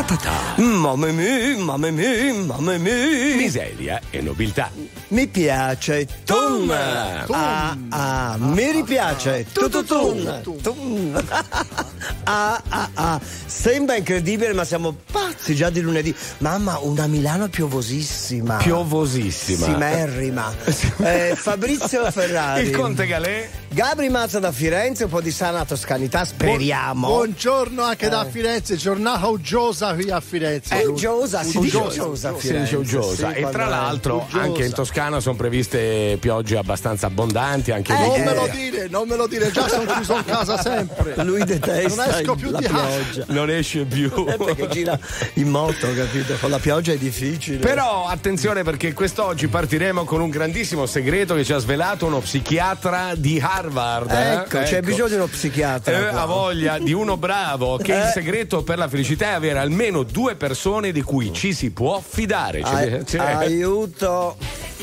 Mamma mia. Miseria e nobiltà. Mi piace Tum. Mi ripiace Tum. Sembra incredibile, ma siamo pazzi già di lunedì. Mamma, una Milano piovosissima. Simerrima. Fabrizio Ferrari. Il Conte Galè. Gabri Mazza da Firenze, un po' di sana toscanità, speriamo. Buongiorno anche da Firenze, giornata uggiosa qui a Firenze. Uggiosa, si dice uggiosa a Firenze. Si dice uggiosa. Sì, e tra l'altro uggiosa. anche in Toscana sono previste piogge abbastanza abbondanti. Anche Non me lo dire, già sono chiuso in casa sempre. Lui detesta non esco più la di pioggia. non esce più. Perché gira in moto, capito? Con la pioggia è difficile. Però attenzione, perché quest'oggi partiremo con un grandissimo segreto che ci ha svelato uno psichiatra di Harvard. Ecco, c'è bisogno di uno psichiatra. Ha voglia di uno bravo, che il segreto per la felicità è avere almeno 2 persone di cui ci si può fidare. Aiuto.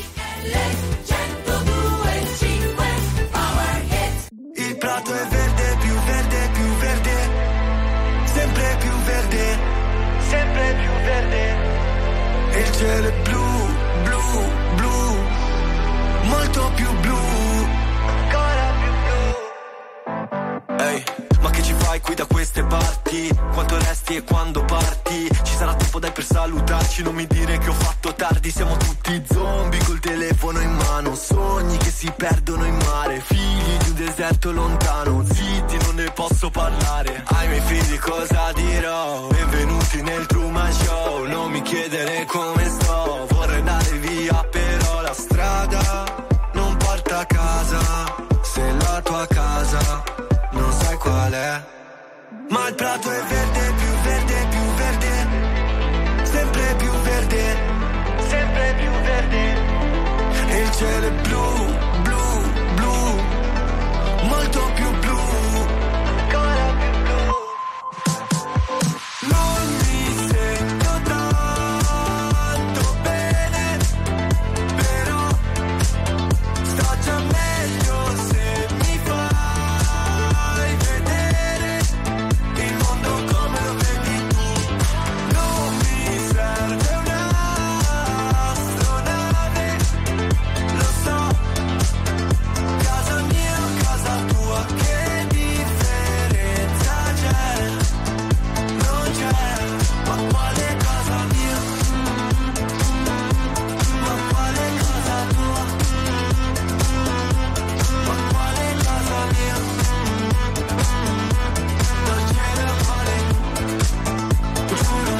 Il prato è verde, più verde, più verde, sempre più verde, sempre più verde. E il cielo è blu, blu, blu, molto più blu, ancora più blu. Ehi, ma che ci fai qui da queste parti? Quanto resti e quando parti? Ci sarà tempo dai per salutarci, non mi dire che ho fatto tardi. Siamo tutti zombie col telefono in mano, sogni che si perdono in mare, figli di un deserto lontano, zitti non ne posso parlare. Ai miei figli cosa dirò? Benvenuti nel Truman Show, non mi chiedere come sto, vorrei andare via però la strada non porta a casa, se la tua casa non sai qual è. Ma il prato è verde, più verde, più verde, sempre più verde, sempre più verde. E il cielo è blu, blu, blu, molto più blu, ancora più blu. Non mi sento tanto bene, però sto già meglio se mi fai vedere il mondo come lo vedi tu. Non mi serve un'astronave, lo so, casa mia o casa tua, che differenza c'è? Non c'è, ma quale casa mia? Ma quale casa tua? Ma quale casa mia? Non c'è da fare, giuro.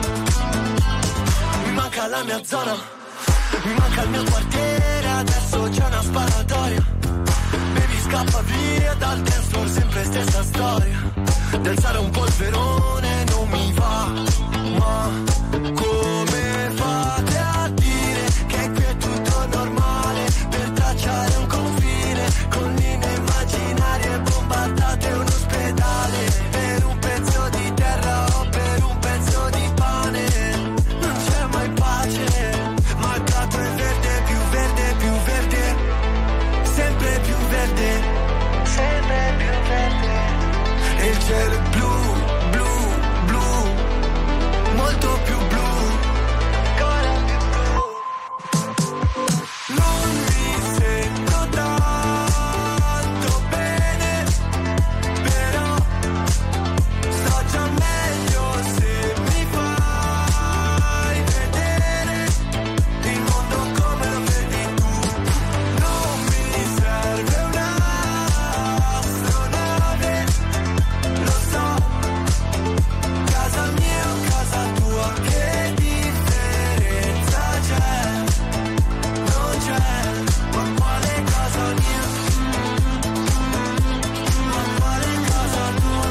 Mi manca la mia zona, mi manca il mio quartiere, adesso c'è una sparatoria. Baby scappa via dal dance floor, sempre stessa storia. Danzare un polverone non mi va, ma come fate a dire che qui è tutto normale? Per tracciare un confine con linee immaginarie, bombardate un ospedale per un pezzo di terra o per un pezzo di pane. Non c'è mai pace, ma il prato è verde, più verde, più verde, sempre più verde, sempre più verde. E il cielo è blu, blu, blu, molto più blu, ancora più blu. Non mi sento tanto bene, però sto già meglio se mi fai vedere il mondo come lo vedi tu. Non mi serve un'astronave, lo so, casa mia o casa tua, che differenza c'è? Non c'è, ma quale casa mia? Ma quale casa tua?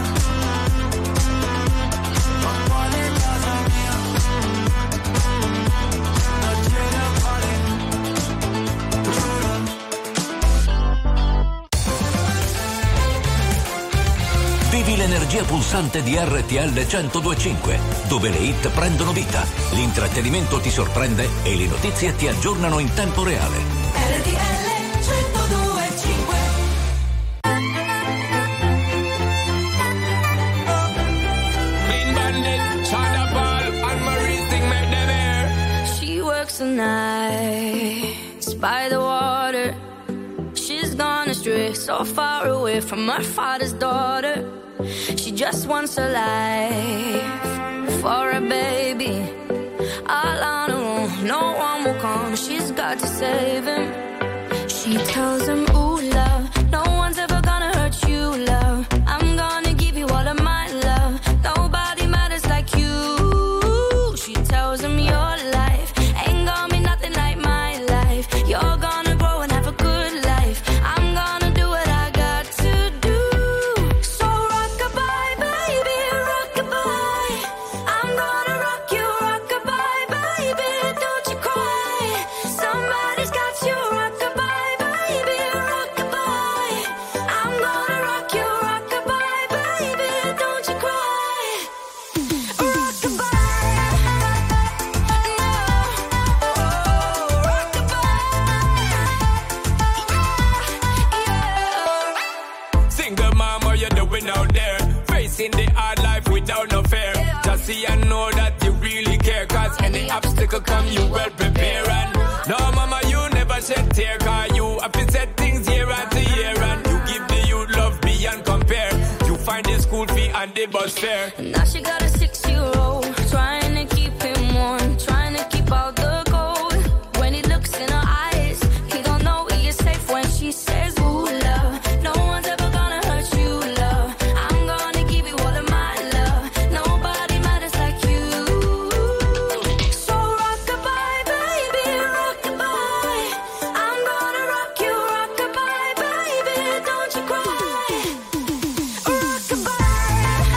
Ma quale casa mia? Non c'è da fare, giuro. Vivi l'energia pulsante di RTL 102.5, dove le hit prendono vita, l'intrattenimento ti sorprende e le notizie ti aggiornano in tempo reale. RTL 102.5. Clean bandit, shot up all by the water. She's gone astray, so far away from her father's daughter. She just wants a life for a baby. All on her own, no one will come. She's got to save him. She tells him, ooh, love, no one's ever gonna hurt you, love. I'm gonna give you all of my love. Nobody matters like you. She tells him, your life ain't gonna be nothing like my life. You're gonna grow and have a good life. I'm gonna do what I got to do. So rock-a-bye, baby, rock-a-bye. I'm gonna rock you, rock-a-bye, baby. Don't you cry. Somebody's got you, rock-a-bye, baby, rock-a-bye. I'm gonna rock you, rock-a-bye, baby. Don't you cry. Rock-a-bye. Single mom, what you doing out there? Facing the hard life without no fear. Just see and know that you really care. Cause any obstacle come, you well prepare. And no, mama, you never shed tear. Cause you have to set things year after year. And you give the youth love beyond compare. You find the school fee and the bus fare. Now she got a 6-year-old, trying to keep him warm, trying to keep out the cold. When he looks in her eyes, he don't know he is safe when she says, ooh, love, no one's ever gonna hurt you, love. I'm gonna give you all of my love. Nobody matters like you. So rock-a-bye, baby, rock-a-bye. I'm gonna rock you, rock-a-bye, baby. Don't you cry. Rock-a-bye.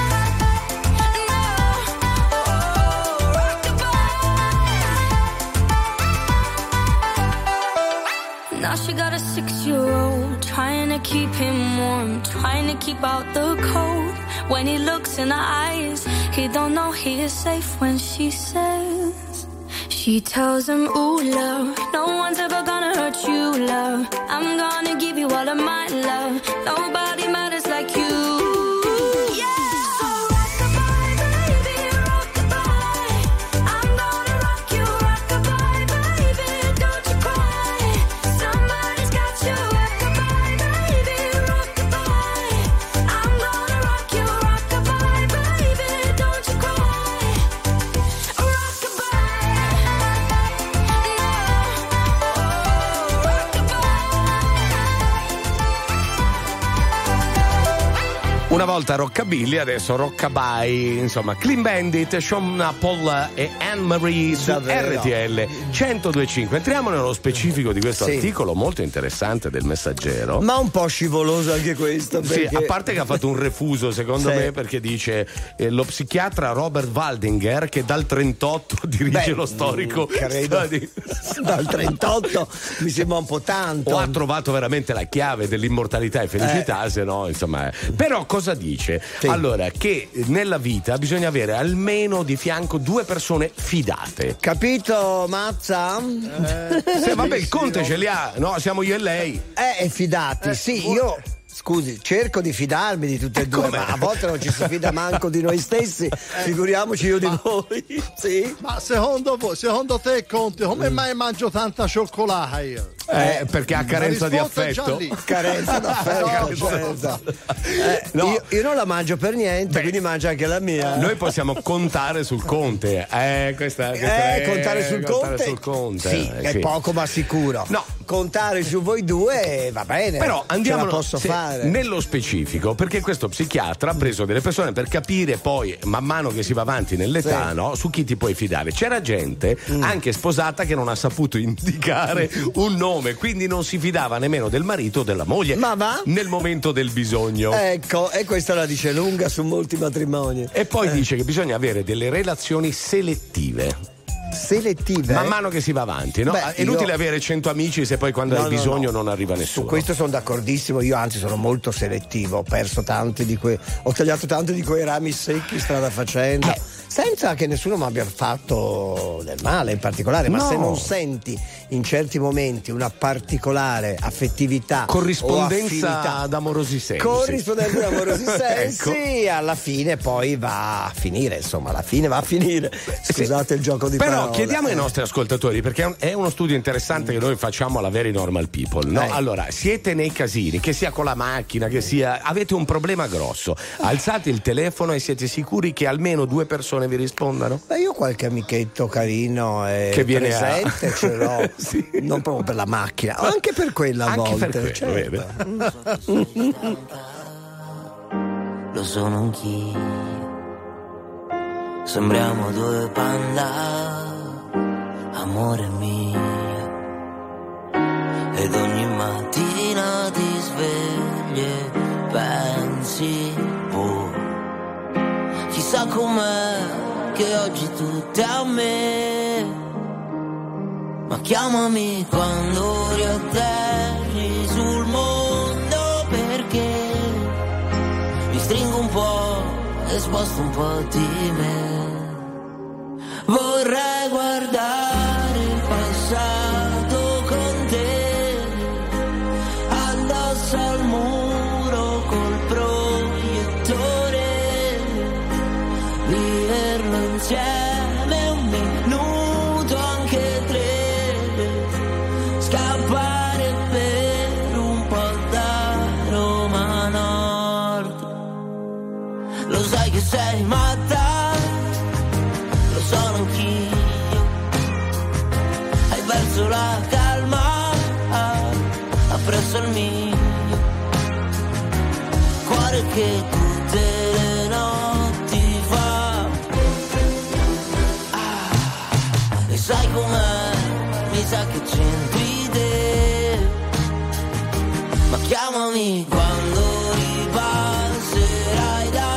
Now she got a 6-year-old, trying to keep him warm, trying to keep out the cold. When he looks in her eyes, he don't know he is safe when she says. She tells him, ooh, love, no one's ever gonna hurt you, love. I'm gonna give you all of my love. Nobody matters like you. Yeah. So rock-a-bye, baby, rock-a-bye. I'm gonna rock you, rock-a-bye, baby. Don't you cry. Somebody's got you, rock-a-bye, baby, rock-a-bye. I'm gonna rock you, rock-a-bye, baby. Don't you cry. Rock-a-bye. Una volta rockabilly, adesso rockabye, insomma, Clean Bandit, Sean Paul e Anne-Marie su RTL 102.5. Entriamo nello specifico di questo articolo molto interessante del Messaggero. Ma un po' scivoloso anche questo. Perché... Sì, a parte che ha fatto un refuso, secondo me, perché dice lo psichiatra Robert Waldinger, che dal 38 dirige lo storico. Credo. Dal 38 mi sembra un po' tanto. O ha trovato veramente la chiave dell'immortalità e felicità, se no, insomma. Però cosa dice? Sì. Allora, che nella vita bisogna avere almeno di fianco 2 persone fidate. Capito, Mazza? Se, vabbè, il Conte ce li ha, no? Siamo io e lei. Fidati, sì, io. Scusi, cerco di fidarmi di tutte e due, ma a volte non ci si fida manco di noi stessi, figuriamoci io di voi. Sì? Ma secondo te, Conte, come mai mangio tanta cioccolata io? Perché ha carenza di affetto. Carenza d'affetto. No. Io non la mangio per niente, quindi mangio anche la mia. Noi possiamo contare sul Conte. Contare sul Conte. Sì, è poco ma sicuro. No. Contare su voi due va bene. Però andiamo, ce la posso fare. Nello specifico, perché questo psichiatra ha preso delle persone per capire poi, man mano che si va avanti nell'età, no, su chi ti puoi fidare. C'era gente anche sposata che non ha saputo indicare un nome, quindi non si fidava nemmeno del marito o della moglie. Ma va? Nel momento del bisogno. Ecco, e questa la dice lunga su molti matrimoni. E poi dice che bisogna avere delle relazioni selettive. Man mano che si va avanti, no? È inutile avere 100 amici se poi quando hai bisogno non arriva nessuno. Su questo sono d'accordissimo, io anzi sono molto selettivo, ho tagliato tanti di quei rami secchi strada facendo. senza che nessuno mi abbia fatto del male in particolare, ma se non senti in certi momenti una particolare affettività, corrispondenza ad amorosi sensi, sensi, ecco. Alla fine poi va a finire, insomma, alla fine va a finire. Scusate il gioco di parole. Però chiediamo ai nostri ascoltatori, perché è uno studio interessante che noi facciamo alla Very Normal People, no? Allora, siete nei casini, che sia con la macchina, che sia, avete un problema grosso, alzate il telefono e siete sicuri che almeno 2 persone vi rispondano? Beh, io qualche amichetto carino e che viene presente ce l'ho. Sì. Non proprio per la macchina, anche per quella a anche volte. Per quello, certo. Lo sono anch'io. Sembriamo 2 panda, amore mio. Ed ogni mattina ti svegli e pensi, boh, chissà com'è che oggi tutto è a me. Ma chiamami quando riatterri sul mondo, perché mi stringo un po' e sposto un po' di me. Vorrei guardare il passato con te, addosso al muro col proiettore, viverlo insieme. Sei matta, lo sono anch'io. Hai perso la calma appresso il mio cuore che tutte le notti fa. E sai com'è? Mi sa che c'entri te. Ma chiamami quando ripasserai da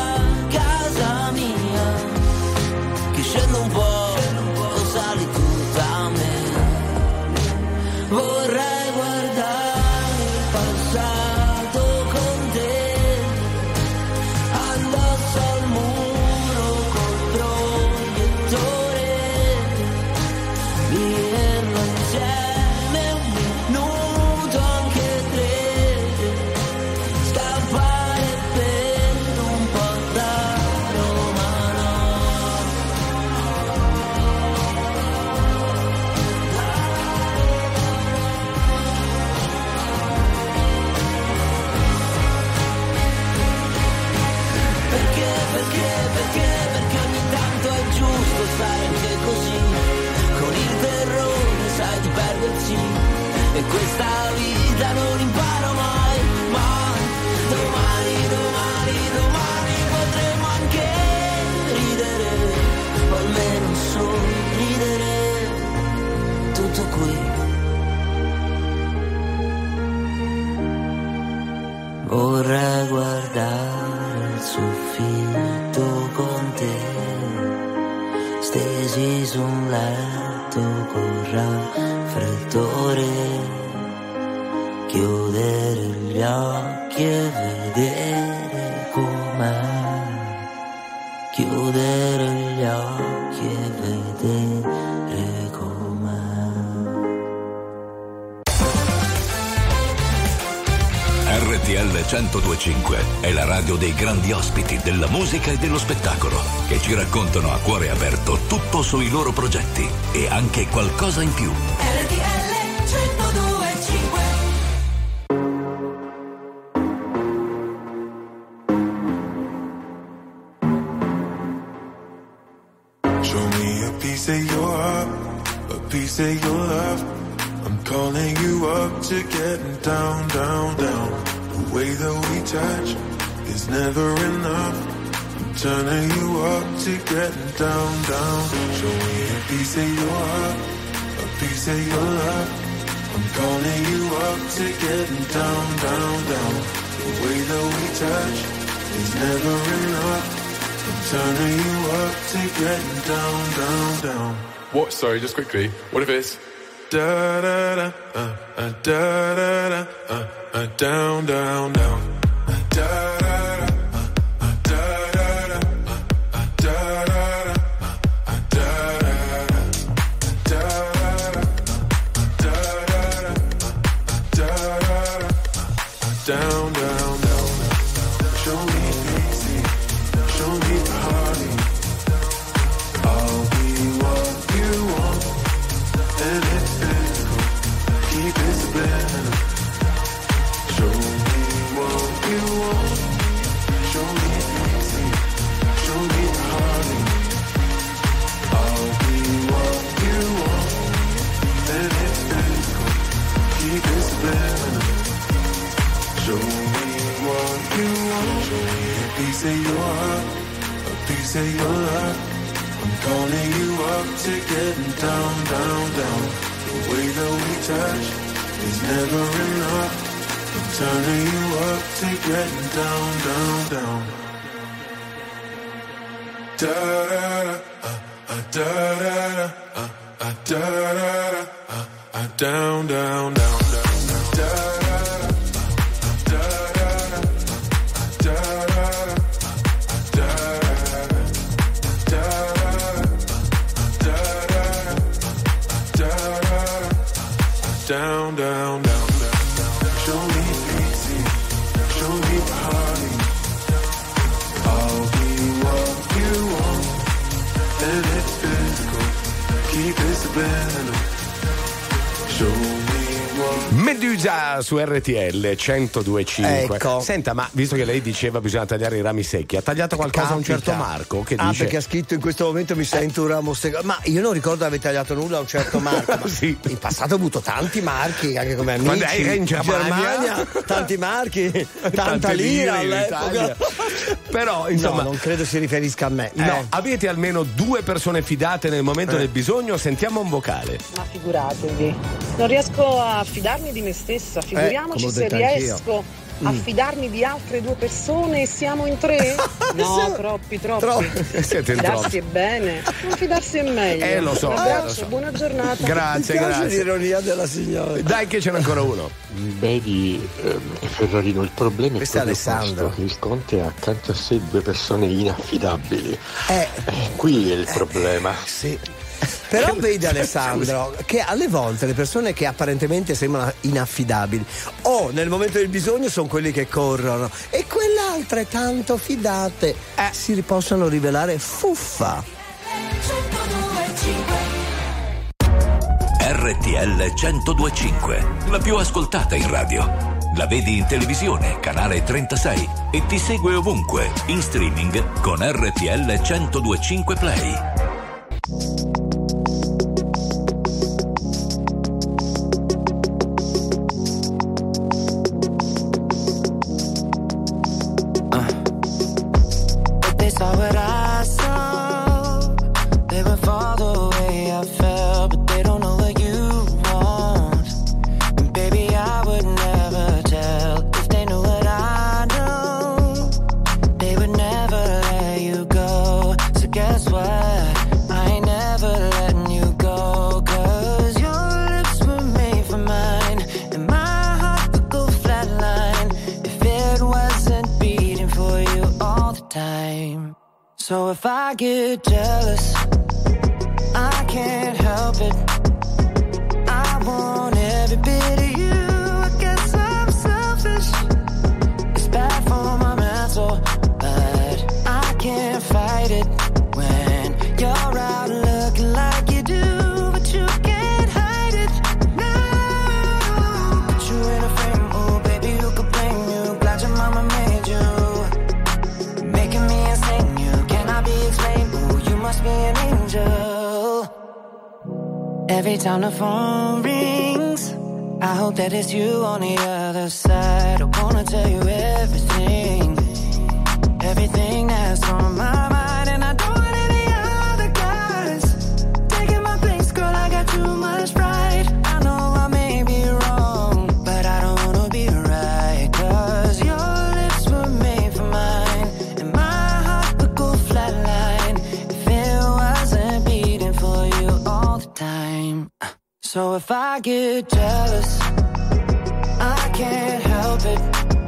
scendo un po', sali tutta a me. Vorrei guardare il passato con te, addosso al muro col proiettore, viverlo insieme un minuto, anche 3, scappare per un po' da Roma. Perché ogni tanto è giusto stare anche così, con il terrore sai di perderci, e questa vita non imparo mai, mai. Domani potremo anche ridere, o almeno sorridere, tutto qui. Vorrei guardare il soffitto con te, stesi su un letto con raffreddore, chiudere gli occhi e vedere com'è, chiudere gli occhi e vedere com'è. RTL 102.5 è la radio dei grandi ospiti della musica e dello spettacolo, che ci raccontano a cuore aperto tutto sui loro progetti e anche qualcosa in più. RTL 102.5. Show me a piece of your heart, a piece of your love. I'm calling you up to getting down, down, down. The way that we touch is never enough. I'm turning you up to getting down, down. Show me a piece of your heart, a piece of your love. I'm calling you up to getting down, down, down. The way that we touch is never enough. I'm turning you up to getting down, down, down. What? Sorry, just quickly. What if it's da da da da da da down, down, down. Da da da da da da da what you want. Show me a piece of your heart, a piece of your love. I'm calling you up to getting down, down, down. The way that we touch is never enough. I'm turning you up to getting down, down, down. Da da da da da da down, down, down, down, da down, down, down, down. Show me easy, show me party. I'll be what you want, and it's physical. Keep it subliminal. Show me what. Medusa su RTL 102.5. Ecco. Senta, ma visto che lei diceva bisogna tagliare i rami secchi, ha tagliato qualcosa a un certo Marco che dice? Perché ha scritto in questo momento mi sento un ramo secco. Ma io non ricordo di aver tagliato nulla a un certo Marco. Ma sì. In passato ho avuto tanti marchi anche come amici. Quando eri in Germania tanti marchi, tanta lira all'epoca. Però insomma, no, non credo si riferisca a me. No, avete almeno 2 persone fidate nel momento del bisogno? Sentiamo un vocale. Ma figuratevi, non riesco a fidarmi di me stessa, figuriamoci se riesco a fidarmi di altre 2 persone e siamo in 3? No, troppi. Siete in Fidarsi troppi. è bene, non fidarsi è meglio. Lo so. Un abbraccio, lo so. buona giornata. Grazie. L'ironia della signora. Dai che ce n'è ancora uno. Vedi, Ferrarino, il problema questo è è Alessandro. questo, che il Conte ha accanto a sé 2 persone inaffidabili. Qui è il problema. Sì. Però vedi Alessandro che alle volte le persone che apparentemente sembrano inaffidabili o nel momento del bisogno sono quelli che corrono e quelle altre tanto fidate si possono rivelare fuffa. RTL 102.5, la più ascoltata in radio. La vedi in televisione, canale 36 e ti segue ovunque, in streaming con RTL 102.5 Play. Saw what I saw. They would fall the way I felt, but they don't know what you want. And baby, I would never tell if they knew what I know. They would never let you go. So guess what? I ain't never letting you go. 'Cause your lips were made for mine, and my heart would go flatline if it wasn't beating for you all the time. So if I get jealous, I can't help it. I want every bit of you. I guess I'm selfish. It's bad for my mental, but I can't fight it when you're out looking like you do, but you can't hide it. No, put you in a frame, oh baby, who could blame you? Glad your mama made you, making me insane. Be explained, ooh, you must be an angel. Every time the phone rings, I hope that it's you on the other side. I wanna tell you everything that's on my mind, and I don't want any other guys taking my place, girl. I got too much pride. I know I may be wrong, but I don't wanna be right. 'Cause your lips were made for mine, and my heart would go flatline if it wasn't beating for you all the time. So if I get jealous, I can't help it.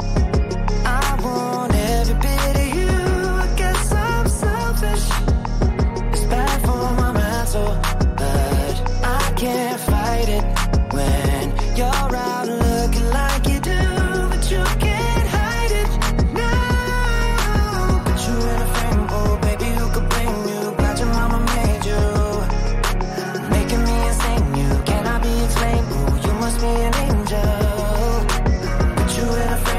I want every bit of you. I guess I'm selfish. It's bad for my mental, but I can't fight it when you're out looking like you do, but you can't hide it. No, put you in a frame, oh baby, who could blame you? Glad your mama made you, making me insane. You cannot be explained. Ooh, you must be an angel. Put you in a frame.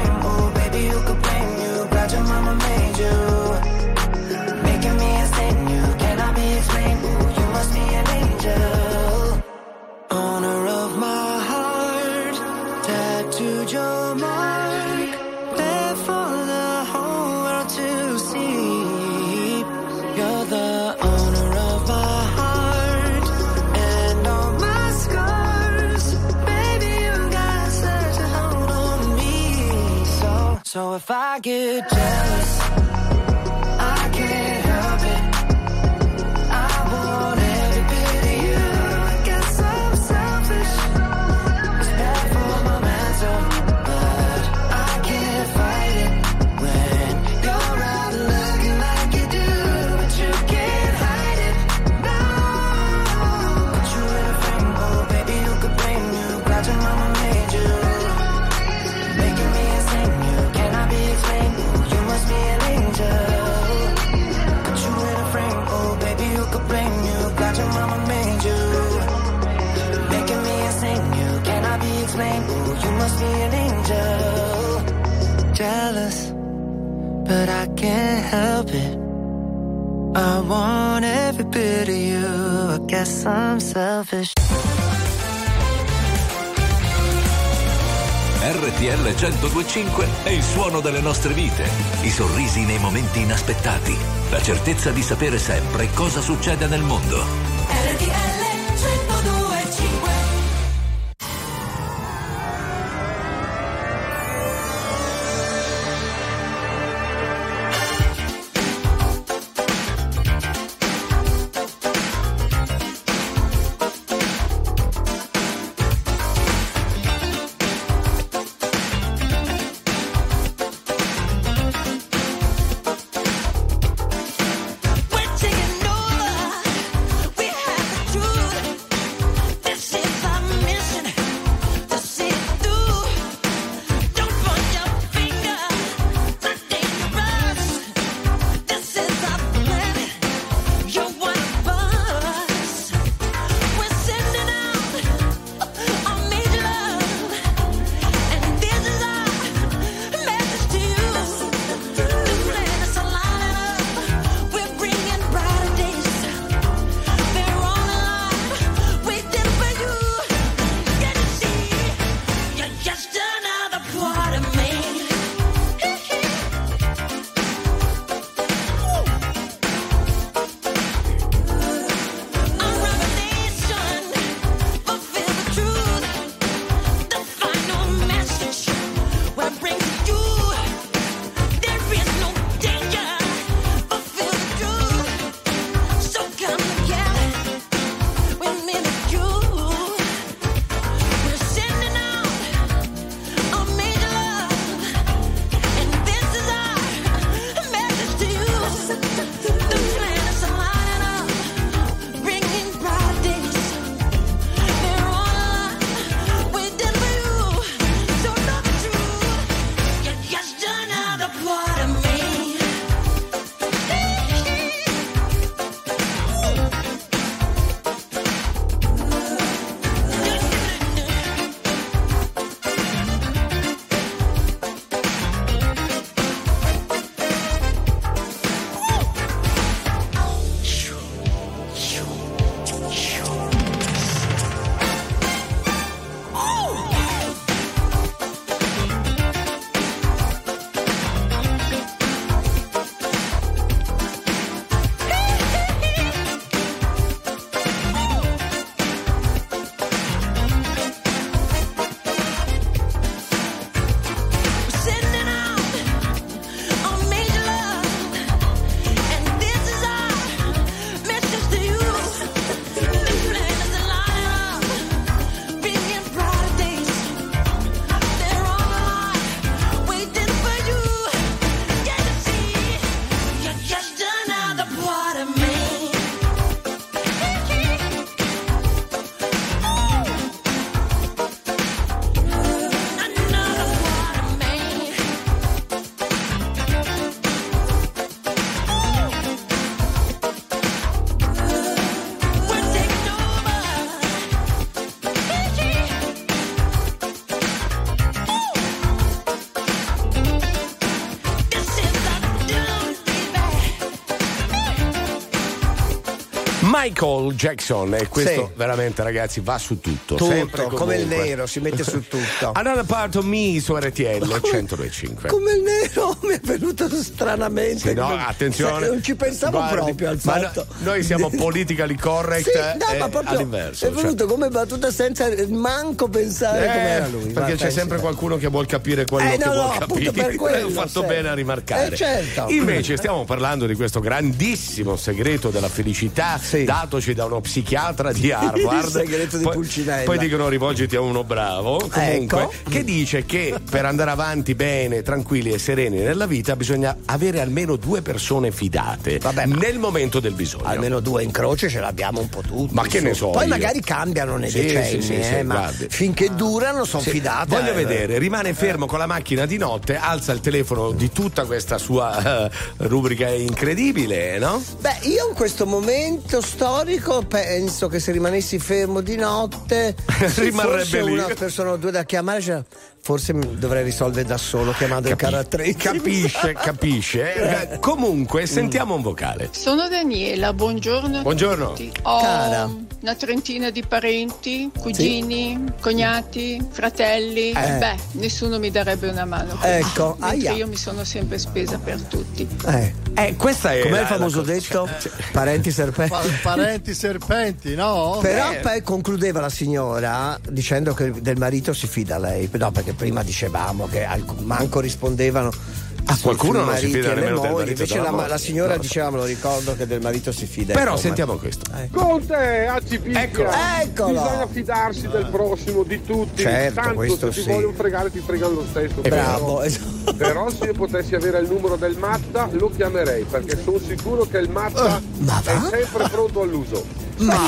So if I get jealous, I can't help it. I want every bit of you. I guess I'm selfish. It's bad for my mental, but I can't fight it when you're out looking like you do, but you can't hide it. No, put you in a frame, oh baby, you could blame you. Glad your mama made you, making me a saint. You cannot be explained. You must be an angel. Put you in a frame, oh baby, who could blame you? Glad your mama made you, making me a saint. You cannot be explained. You must be an angel. Jealous, but I can't help it. I want every bit of you. I guess I'm selfish. RTL 102.5 è il suono delle nostre vite, i sorrisi nei momenti inaspettati, la certezza di sapere sempre cosa succede nel mondo. RTL 102.5. We're taking over. We have the truth. Michael Jackson, e questo veramente, ragazzi, va su tutto. Sempre come il nero, si mette su tutto. Another Part of Me su RTL 102.5. Come il nero mi è venuto stranamente. Sì, no, attenzione. Non ci pensavo proprio al fatto. Noi siamo politically correct, ma proprio all'inverso. È venuto come battuta senza manco pensare come era lui. Perché c'è sempre qualcuno che vuol capire quello che vuol capire. Per quello, ho fatto bene a rimarcare. Certo. Invece stiamo parlando di questo grandissimo segreto della felicità datoci da uno psichiatra di Harvard. Il segreto di Pulcinella. Poi dicono rivolgiti a uno bravo, comunque, che dice che per andare avanti bene, tranquilli e sereni nella vita bisogna avere almeno 2 persone fidate nel momento del bisogno. Almeno 2 in croce ce l'abbiamo un po' tutti. Ma che ne so. Poi magari cambiano nei decenni, ma guardi. finché durano sono fidate. Voglio vedere, rimane fermo con la macchina di notte, alza il telefono di tutta questa sua rubrica incredibile, no? Beh, io in questo momento storico penso che se rimanessi fermo di notte rimarrebbe lì. Una persona o 2 da chiamare, forse dovrei risolvere da solo chiamando il caratteristico. Capisce. Comunque sentiamo un vocale. Sono Daniela, buongiorno. Buongiorno. Ho Cara. una trentina di parenti, cugini, cognati, fratelli. Beh, nessuno mi darebbe una mano. Ecco, io mi sono sempre spesa per tutti. Questa è com'è il famoso detto? Parenti serpenti. Parenti serpenti, no? Però poi concludeva la signora dicendo che del marito si fida lei. No, perché prima dicevamo che manco rispondevano. Qualcuno non si fida nemmeno del marito. Invece la signora diceva, me lo ricordo, che del marito si fida. Però sentiamo questo. Con te, Acipicchia. Eccolo. Bisogna fidarsi del prossimo, di tutti. Certo, tanto questo se ti vogliono fregare ti fregano lo stesso. Bravo. Però se io potessi avere il numero del Mazza lo chiamerei, perché sono sicuro che il Mazza è sempre pronto all'uso. Ma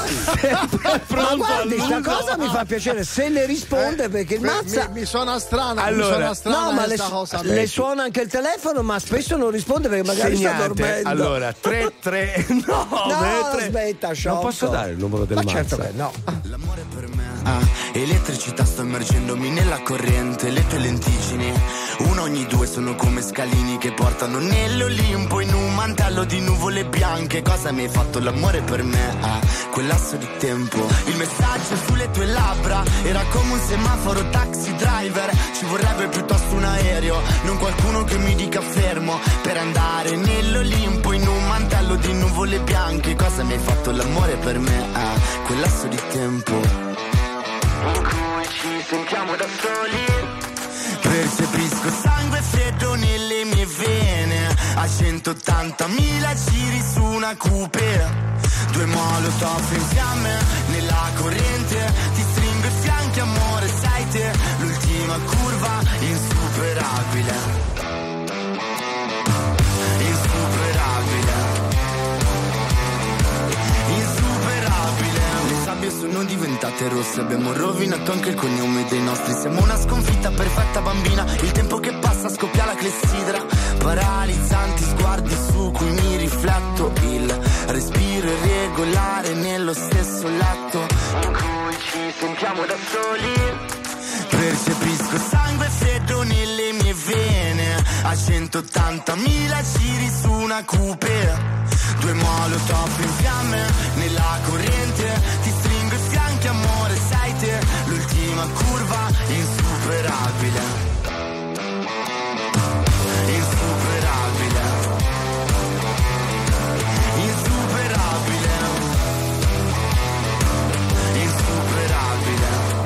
guardi, sta cosa mi fa piacere se le risponde, perché il Mazza mi suona strana. No, ma le suona anche il telefono, ma spesso non risponde perché magari sta dormendo. Allora 33 aspetta, non posso dare il numero del Mazza. Certo che no. L'amore per me elettricità, sto immergendomi nella corrente. Le tue lenticini, una ogni 2 sono come scalini che portano nell'Olimpo in un mantello di nuvole bianche. Cosa mi hai fatto l'amore per me? Quel lasso di tempo, il messaggio sulle tue labbra era come un semaforo taxi driver. Ci vorrebbe piuttosto un aereo, non qualcuno che mi dica fermo, per andare nell'Olimpo in un mantello di nuvole bianche. Cosa mi hai fatto l'amore per me? Quel lasso di tempo in cui ci sentiamo da soli. Percepisco sangue freddo nelle mie vene, a 180.000 giri su una coupe. 2 molotov in fiamme nella corrente, ti stringo i fianchi amore, sei te l'ultima curva insuperabile. Insuperabile. Insuperabile. Le sabbie sono diventate rosse, abbiamo rovinato anche il cognome dei nostri. Siamo una sconfitta perfetta bambina, il tempo che passa scoppia la clessidra. Paralizzanti sguardi su cui mi rifletto, il respiro irregolare nello stesso letto in cui ci sentiamo da soli. Percepisco sangue freddo nelle mie vene, a 180.000 giri su una coupe. 2 molotov in fiamme nella corrente, ti stringo i fianchi amore, sei te l'ultima curva insuperabile. Insuperabile. Insuperabile. Insuperabile.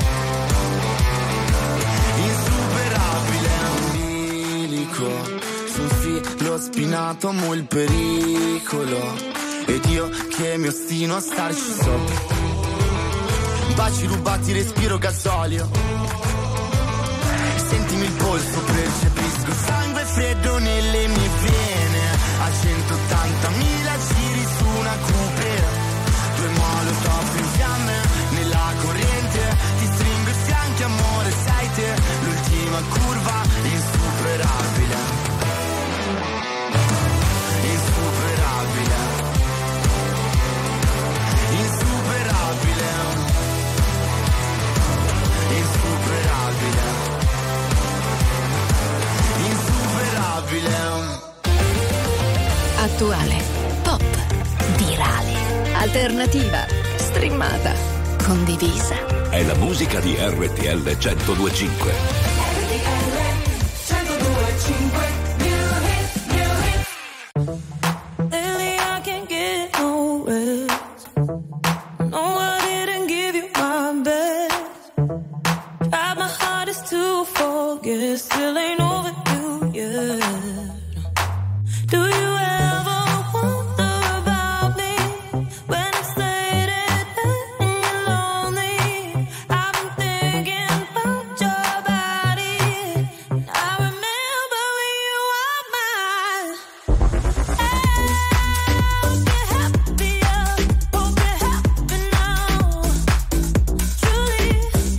Insuperabile. Bilico sul filo spinato, amo il pericolo ed io che mi ostino a starci sopra. Baci rubati, respiro gasolio. Sentimi il polso, percepisco sangue freddo nelle mie vene, a 180.000 giri su una coupe. 2 molotov in fiamme nella corrente, ti stringo i fianchi amore, sei te l'ultima curva insuperabile. Insuperabile. Insuperabile. Insuperabile. Insuperabile. Attuale, pop, virale, alternativa, streamata, condivisa. È la musica di RTL 102.5. Lately I can't get no rest. No, I didn't give you my best. Tried my hardest to forget, still ain't over you yet. Do you ever wonder about me when it's late at night and you're lonely? I've been thinking about your body. I remember when you were mine. Hope you're happier, hope you're happy now. Truly,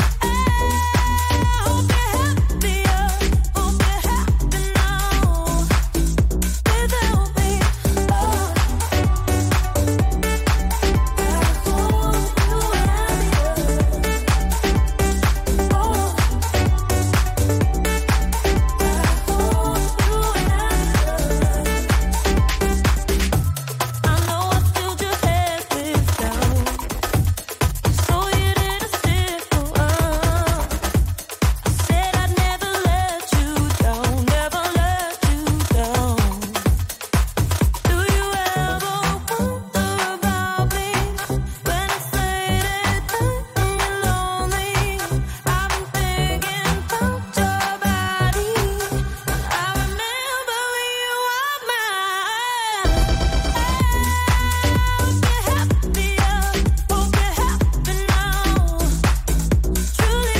hope you're happier, hope you're happy now. Without me, I know I filled your head with doubt, so you didn't stick around. I said I'd never let you down, never let you down. Do you ever wonder about me when it's late at night and you're lonely? I've been thinking about your body. I remember when you were mine. Hope you're happier, hope you're happy now. Truly,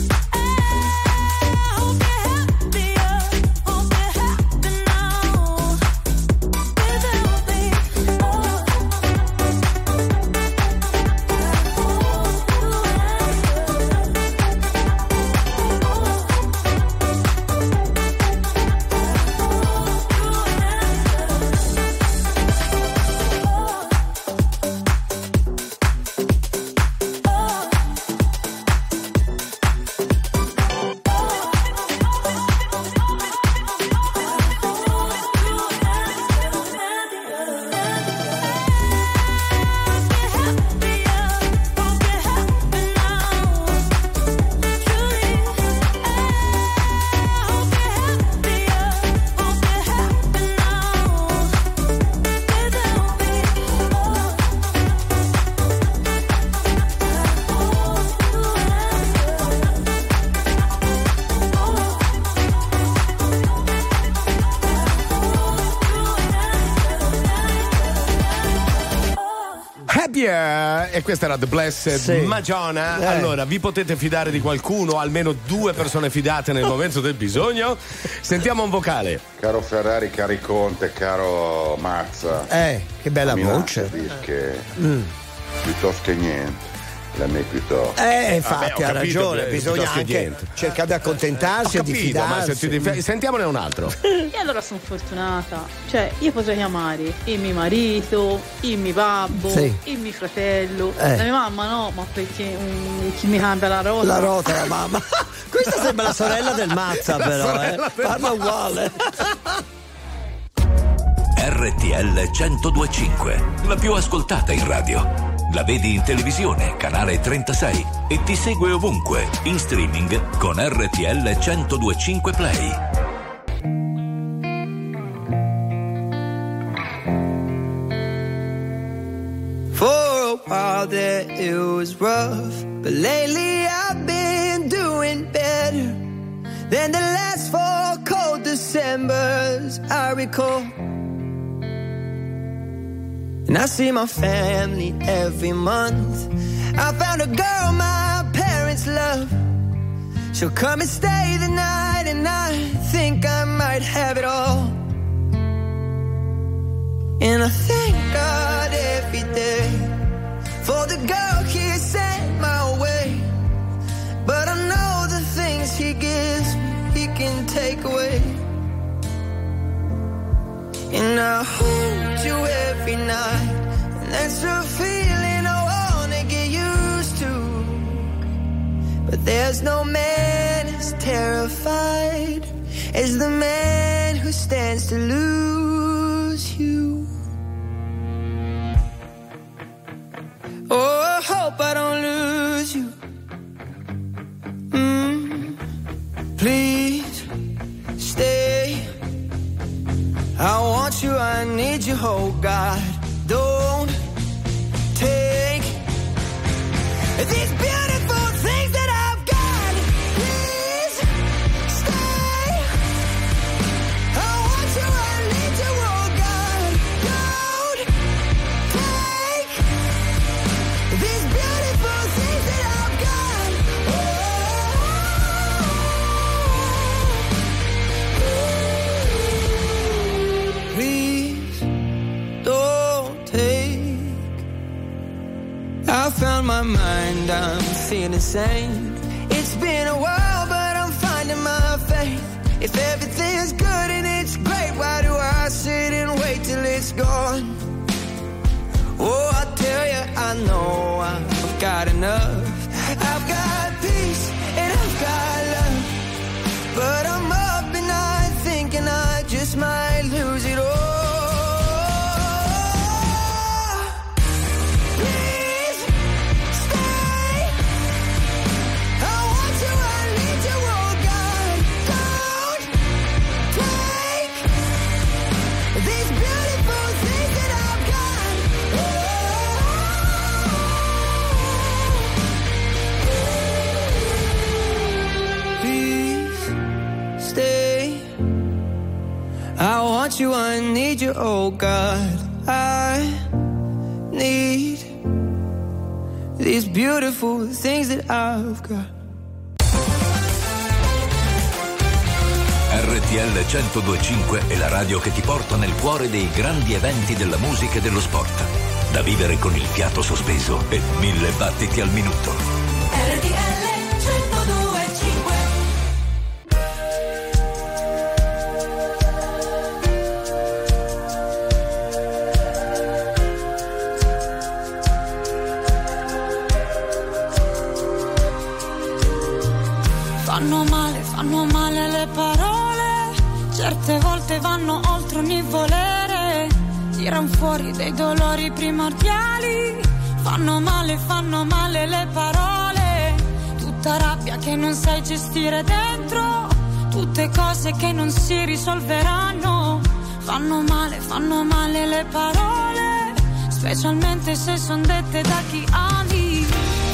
hope you're happier, hope you're happy now. Without me, Happier! E questa era The Blessed Madonna. Allora, vi potete fidare di qualcuno, almeno 2 persone fidate nel momento del bisogno? Sentiamo un vocale. Caro Ferrari, cari Conte, caro Mazza. Che bella voce. Che piuttosto che niente. La me piuttosto. Infatti ha ragione, bisogna anche cercare di accontentarsi e di fidarsi. Sentiamone un altro. E allora sono fortunata. Cioè, io potrei chiamare il mio marito, il mio babbo, il mio fratello. La mia mamma no, ma perché chi mi cambia la rota? La rota è la mamma. Questa sembra la sorella del Mazza, però, parla uguale. RTL 102.5, la più ascoltata in radio. La vedi in televisione, canale 36, e ti segue ovunque, in streaming con RTL 102.5 Play. For a while there it was rough, but lately I've been doing better than the last 4 cold Decembers I recall. And I see my family every month. I found a girl my parents love. She'll come and stay the night, and I think I might have it all. And I thank God every day for the girl He sent my way. But I know the things He gives me, He can take away. And I hold you every night, and that's a feeling I wanna get used to. But there's no man as terrified as the man who stands to lose you. hope I don't lose you. Please stay. I want you, I need you, oh God. Don't take these beautiful things that I've got. Please stay. I want you, I need you, oh God. Don't take these beautiful things that I've got. Please don't take. I found my mind, I'm feeling sane. It's been a while, but I'm finding my faith. If everything's good and it's great, why do I sit and wait till it's gone? Oh, I tell you, I know I've got enough. I've got peace and I've got love, but I'm up and I'm thinking I just might lose it all. I want you, I need you, oh God. I need these beautiful things that I've got. RTL 102.5 è la radio che ti porta nel cuore dei grandi eventi della musica e dello sport. Da vivere con il fiato sospeso e 1000 battiti al minuto. RTL 102.5. Fanno male le parole, certe volte vanno oltre ogni volere, tiran fuori dei dolori primordiali. Fanno male le parole, tutta rabbia che non sai gestire dentro, tutte cose che non si risolveranno. Fanno male le parole, specialmente se son dette da chi ami.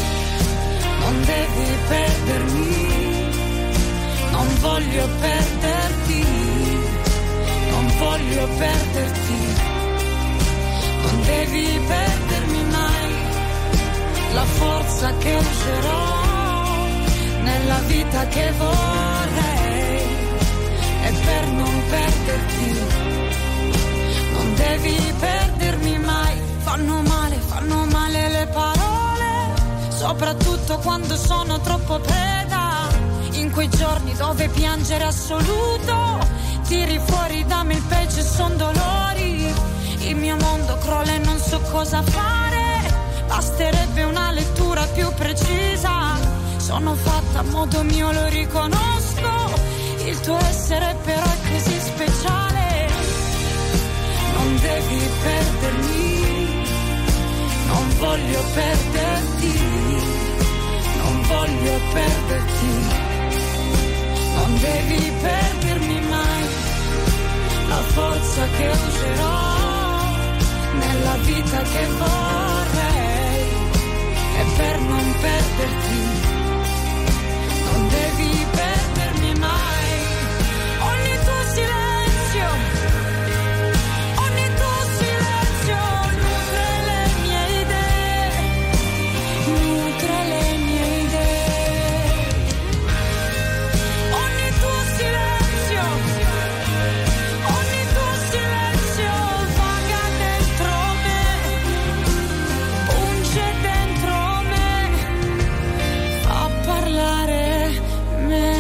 Non devi perdermi, non voglio perderti, non voglio perderti, non devi perdermi mai. La forza che userò nella vita che vorrei è per non perderti, non devi perdermi mai. Fanno male le parole, soprattutto quando sono troppo preda. In quei giorni dove piangere assoluto, tiri fuori da me il peggio e son dolori. Il mio mondo crolla e non so cosa fare, basterebbe una lettura più precisa. Sono fatta a modo mio, lo riconosco, il tuo essere però è così speciale. Non devi perdermi, non voglio perderti, non voglio perderti. Non devi perdermi mai, la forza che userò nella vita che vorrei è per non perderti, non devi perdermi mai. Ogni tuo silenzio nutre le mie idee, nutre le mie idee. Ogni tuo silenzio vaga dentro me, punge dentro me, fa parlare me.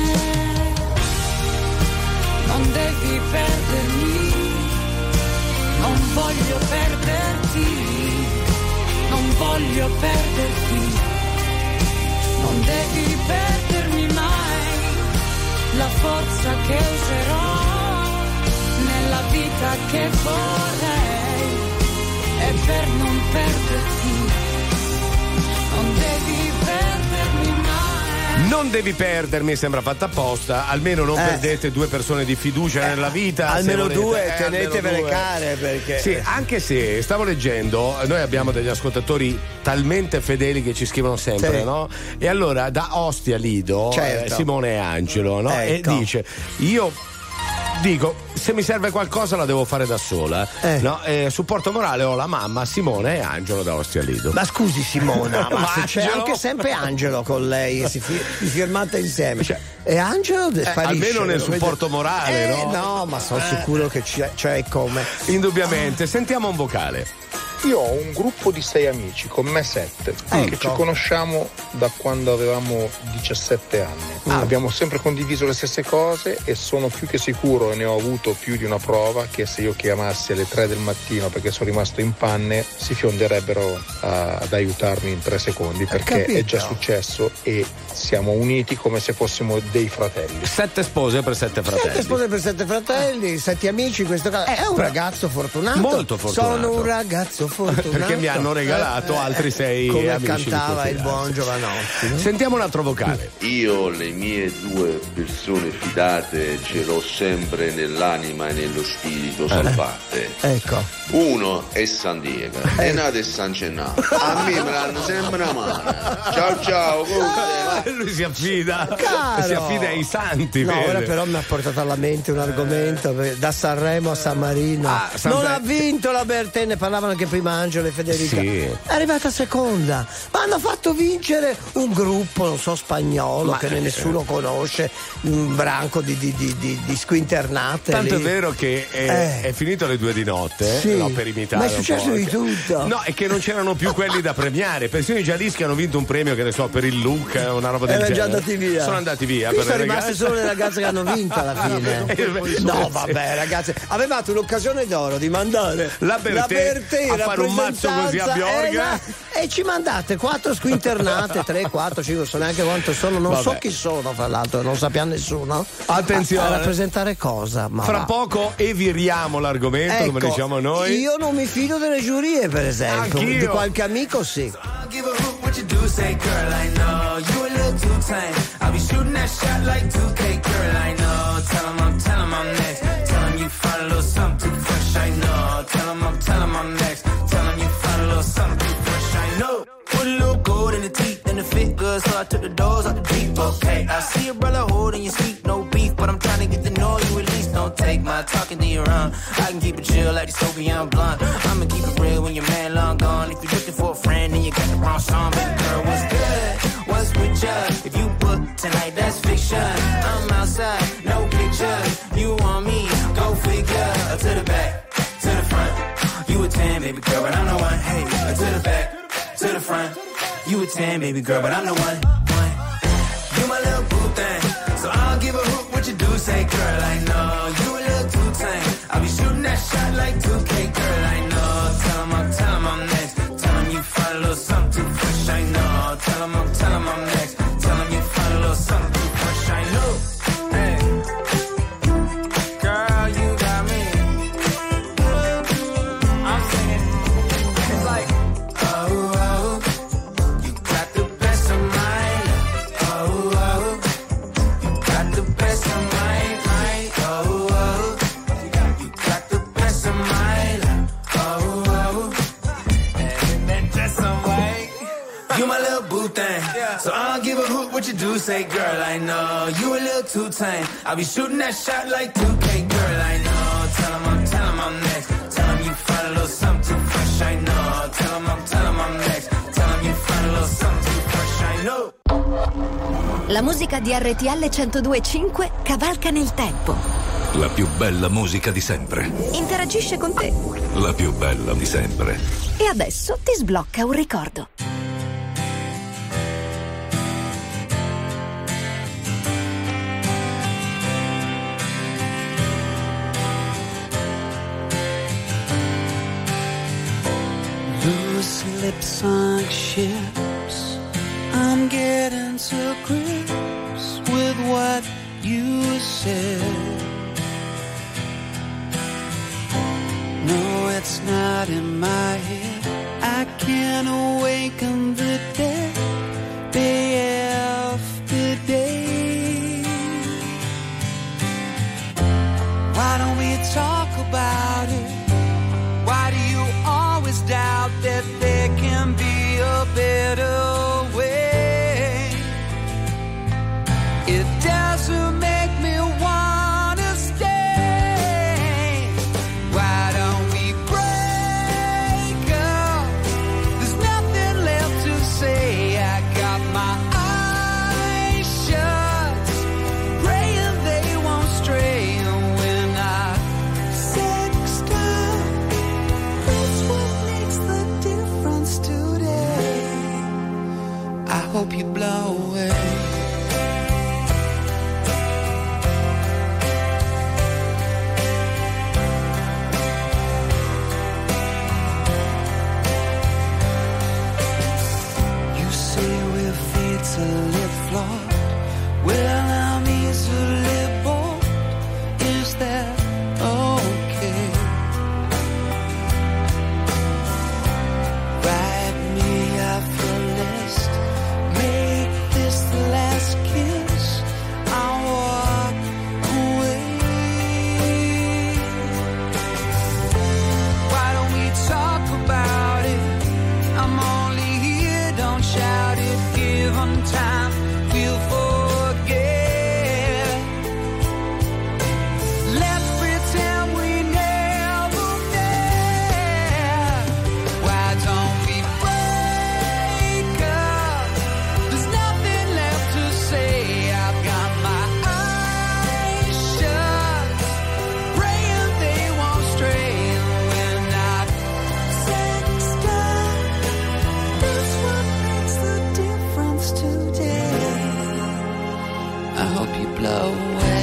Non devi perdermi, non voglio perderti, non voglio perderti, non devi perdermi mai. La forza che userò nella vita che vorrei è per non perderti, Non devi perdermi, sembra fatta apposta. Almeno non perdete due persone di fiducia nella vita. Almeno due, tenetevele care, perché. Sì, anche se stavo leggendo, noi abbiamo degli ascoltatori talmente fedeli che ci scrivono sempre, no? E allora da Ostia Lido, Simone e Angelo, no? Ecco. E dice: io dico, se mi serve qualcosa la devo fare da sola, no? Supporto morale ho la mamma, Simone e Angelo da Ostia Lido. Ma scusi Simona, ma se c'è anche sempre Angelo con lei, si firmate insieme. E Angelo sparisce. Almeno nel supporto morale, no? No, ma sono sicuro che c'è come. Indubbiamente. Sentiamo un vocale. Io ho un gruppo di 6 amici, con me 7, che ci conosciamo da quando avevamo 17 anni. Abbiamo sempre condiviso le stesse cose e sono più che sicuro, e ne ho avuto più di una prova, che se io chiamassi alle 3 del mattino perché sono rimasto in panne, si fionderebbero ad aiutarmi in 3 secondi, perché è già successo e siamo uniti come se fossimo dei fratelli. 7 spose per 7 fratelli. 7 spose per 7 fratelli, 7 amici in questo caso. È un ragazzo fortunato. Molto fortunato. Sono un ragazzo fortunato. Perché mi hanno regalato altri 6 come amici. Cantava il buon Giovanotti. Sentiamo un altro vocale. Io le mie 2 persone fidate ce l'ho sempre nell'anima e nello spirito salvate. Ecco. Uno è San Diego e nato è San Gennaro. A me me l'hanno sempre una mano. Ciao, lui si affida. Caro. Si affida ai santi. No, vede? ora però mi ha portato alla mente un argomento da Sanremo a San Marino. Non ha vinto la Bertè, ne parlavano anche prima Angelo e Federica. Sì. È arrivata seconda, ma hanno fatto vincere un gruppo, non so, spagnolo, che nessuno conosce, un branco di squinternate. Tanto lì. è vero che è finito alle 2 di notte, Sì. no, per imitare. Ma è successo di tutto. No, è che non c'erano più quelli da premiare. Persino i Gialischi hanno vinto un premio, che ne so, per il look, una roba del genere. Già andati via. Sono andati via. Qui per sono le rimaste ragazze. solo le ragazze che hanno vinto alla fine. No, vabbè, ragazze, avevate un'occasione d'oro di mandare la Bertè in a fare un mazzo così a Biorga. E ci mandate 4 squinternate, 3, 4, 5, non so neanche quanto sono, non so chi sono, fra l'altro, non sappiamo nessuno. Attenzione. A rappresentare cosa? Ma fra poco eviriamo l'argomento, come diciamo noi. Io non mi fido delle giurie, per esempio. Anch'io. Di qualche amico sì. Give a hoot what you do, say girl, I know you a little too tame. I'll be shooting that shot like 2K, girl, I know. Tell 'em I'm next. Tell 'em you find a little something too fresh, I know. Tell 'em I'm next. Tell 'em you find a little something too fresh, I know. Put a little gold in the teeth and the fit good, so I took the doors out the Jeep, okay. I see a brother holding your sweet, no beef, but I'm trying to get to know you at least. Don't take my talking to your own. I can keep it chill like the Soviet blunt. I'ma keep it real when your man long gone. If you're looking for a friend and you got the wrong song, baby girl, what's good? What's with ya? If you book tonight, that's fiction. I'm outside, no pictures. You want me? Go figure. To the back, to the front. You a 10, baby girl, but I'm the one. Hey, to the back, to the front. You a 10, baby girl, but I'm the one. You my little boo thing, so I don't give a hoot what you do. Say, girl, I know you a little too tame. I'll be shooting that shot like 2K, girl, I know. Tell 'em I'm next. Tell 'em you find a little something too fresh, I know. Tell 'em I'm next. Tell 'em you find a little something too fresh, I know. Hey, girl, you got me. I'm singing. It's like, oh, you got the best of mine. Oh, you got the best of mine. Oh, you got the best of mine. Oh, and that's some way. You my little boo thing, so I don't give a hoot what you do. Say, girl, I know you a little too tame. I'll be shooting that shot like 2K, girl, I know. Tell 'em I'm next. Tell 'em you find a little something too fresh, I know. Tell 'em I'm next. Tell 'em you find a little something too fresh, I know. La musica di RTL 102.5 cavalca nel tempo. La più bella musica di sempre. Interagisce con te. La più bella di sempre. E adesso ti sblocca un ricordo. Loose lips like ships. I'm getting to grips with what you said. No, it's not in my head. I can't awaken the dead. we talk about it? Why do you always doubt that there can be a better way? It doesn't make me wanna stay. Why don't we break up? There's nothing left to say. I got my eyes shut, praying they won't stray. And when I sext up, that's what makes the difference today. I hope you blow away. To live flawed, well, I'm easily bored. Is that okay? Write me off your list. Make this the last kiss. I'll walk away. Why don't we talk about it? I'm only here, don't shout it. Given time, we'll forget. Let's pretend we never met. Why don't we break up? There's nothing left to say. I've got my eyes shut, praying they won't stray. When I sext up, that's what makes the difference today. I hope you blow away.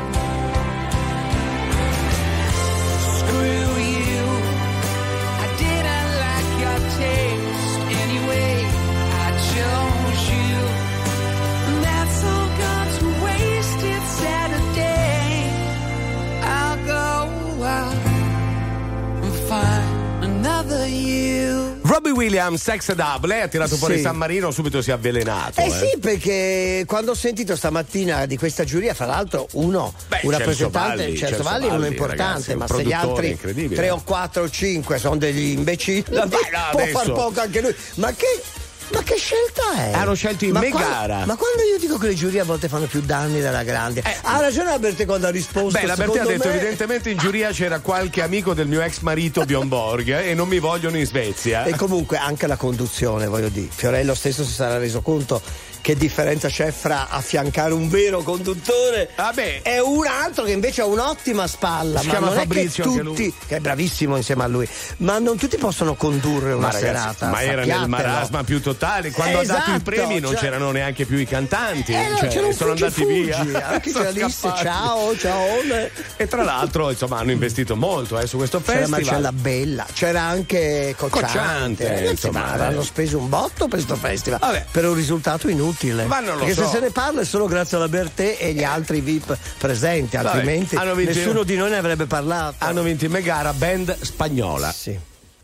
Screw you, I didn't like your taste anyway. I chose you, and that's all gone to waste. It's Saturday. I'll go out and find another you. Robbie Williams, Sex Double, ha tirato fuori San Marino, subito si è avvelenato. Sì, perché quando ho sentito stamattina di questa giuria, fra l'altro un rappresentante, Celso Valli è uno importante, ragazzi, ma se gli altri 3 o 4 o 5 sono degli imbecilli, può far poco anche lui. Ma che scelta è? Hanno scelto in Megara. Ma quando io dico che le giurie a volte fanno più danni della grande, ha ragione la Bertè quando ha risposto. La Bertè ha detto evidentemente in giuria c'era qualche amico del mio ex marito Bjorn Borg e non mi vogliono in Svezia. E comunque anche la conduzione, voglio dire, Fiorello stesso si sarà reso conto che differenza c'è fra affiancare un vero conduttore e un altro che invece ha un'ottima spalla. Si chiama Fabrizio, che tutti, che è bravissimo insieme a lui, ma non tutti possono condurre una serata. Ma era nel marasma più totale. Quando ha dato i premi non c'erano neanche più i cantanti, sono andati via. Anche giornalisti, ciao. E tra l'altro insomma hanno investito molto su questo festival. C'era Marcella Bella, c'era anche Cocciante. Insomma, hanno speso un botto per questo festival. Per un risultato inutile. Perché se se ne parla è solo grazie alla Bertè e gli altri VIP presenti, altrimenti nessuno di noi ne avrebbe parlato. Hanno vinto in Megara, band spagnola. Sì.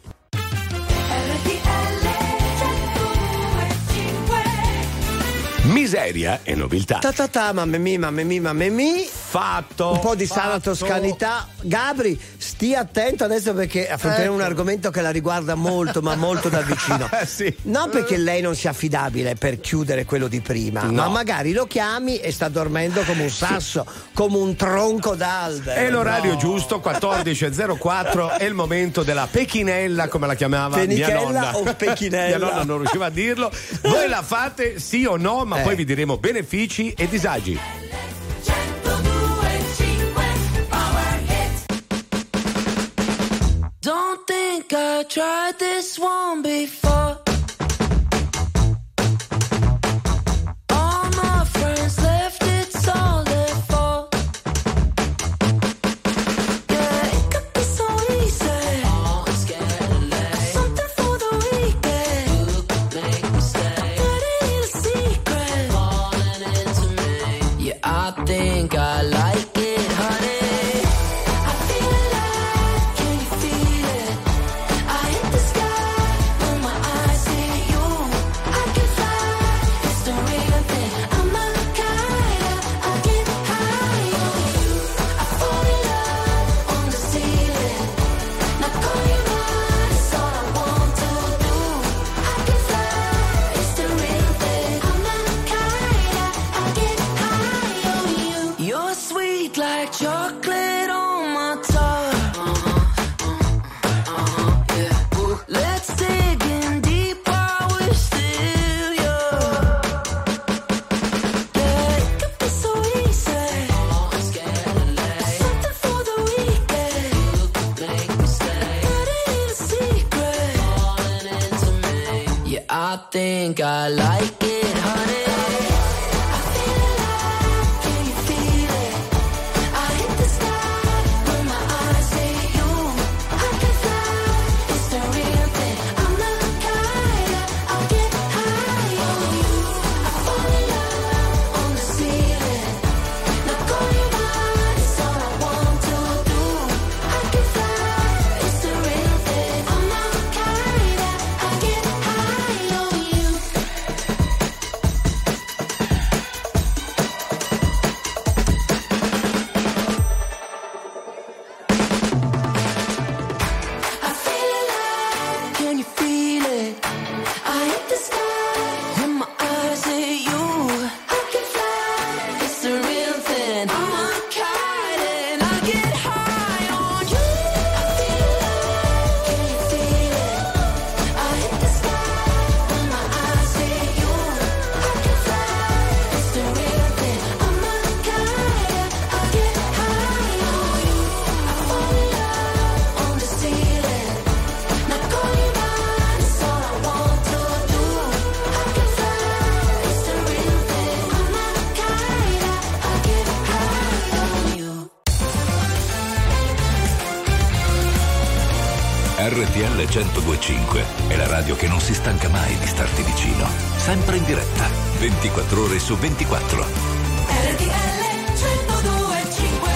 Miseria e nobiltà. Mamma mia. Fatto. Un po' di sana toscanità. Gabri, stia attento adesso perché affronteremo un argomento che la riguarda molto, ma molto da vicino. Sì. Non perché lei non sia affidabile per chiudere quello di prima, ma magari lo chiami e sta dormendo come un sasso, come un tronco d'albero. È l'orario giusto, 14.04, è il momento della pechinella, come la chiamava mia nonna. O pechinella? Mia nonna non riusciva a dirlo. Voi la fate sì o no, ma poi vi diremo benefici e disagi. Don't think I tried this one before. All my friends left, it's all their fault. Yeah, it could be so easy. Oh, it's getting late. Something for the weekend. You could make me stay. But it ain't a secret. Falling into me. Yeah, I think I like it, honey. Eyes I think I like it, honey. RTL 102.5 è la radio che non si stanca mai di starti vicino. Sempre in diretta, 24 ore su 24. RTL 102.5.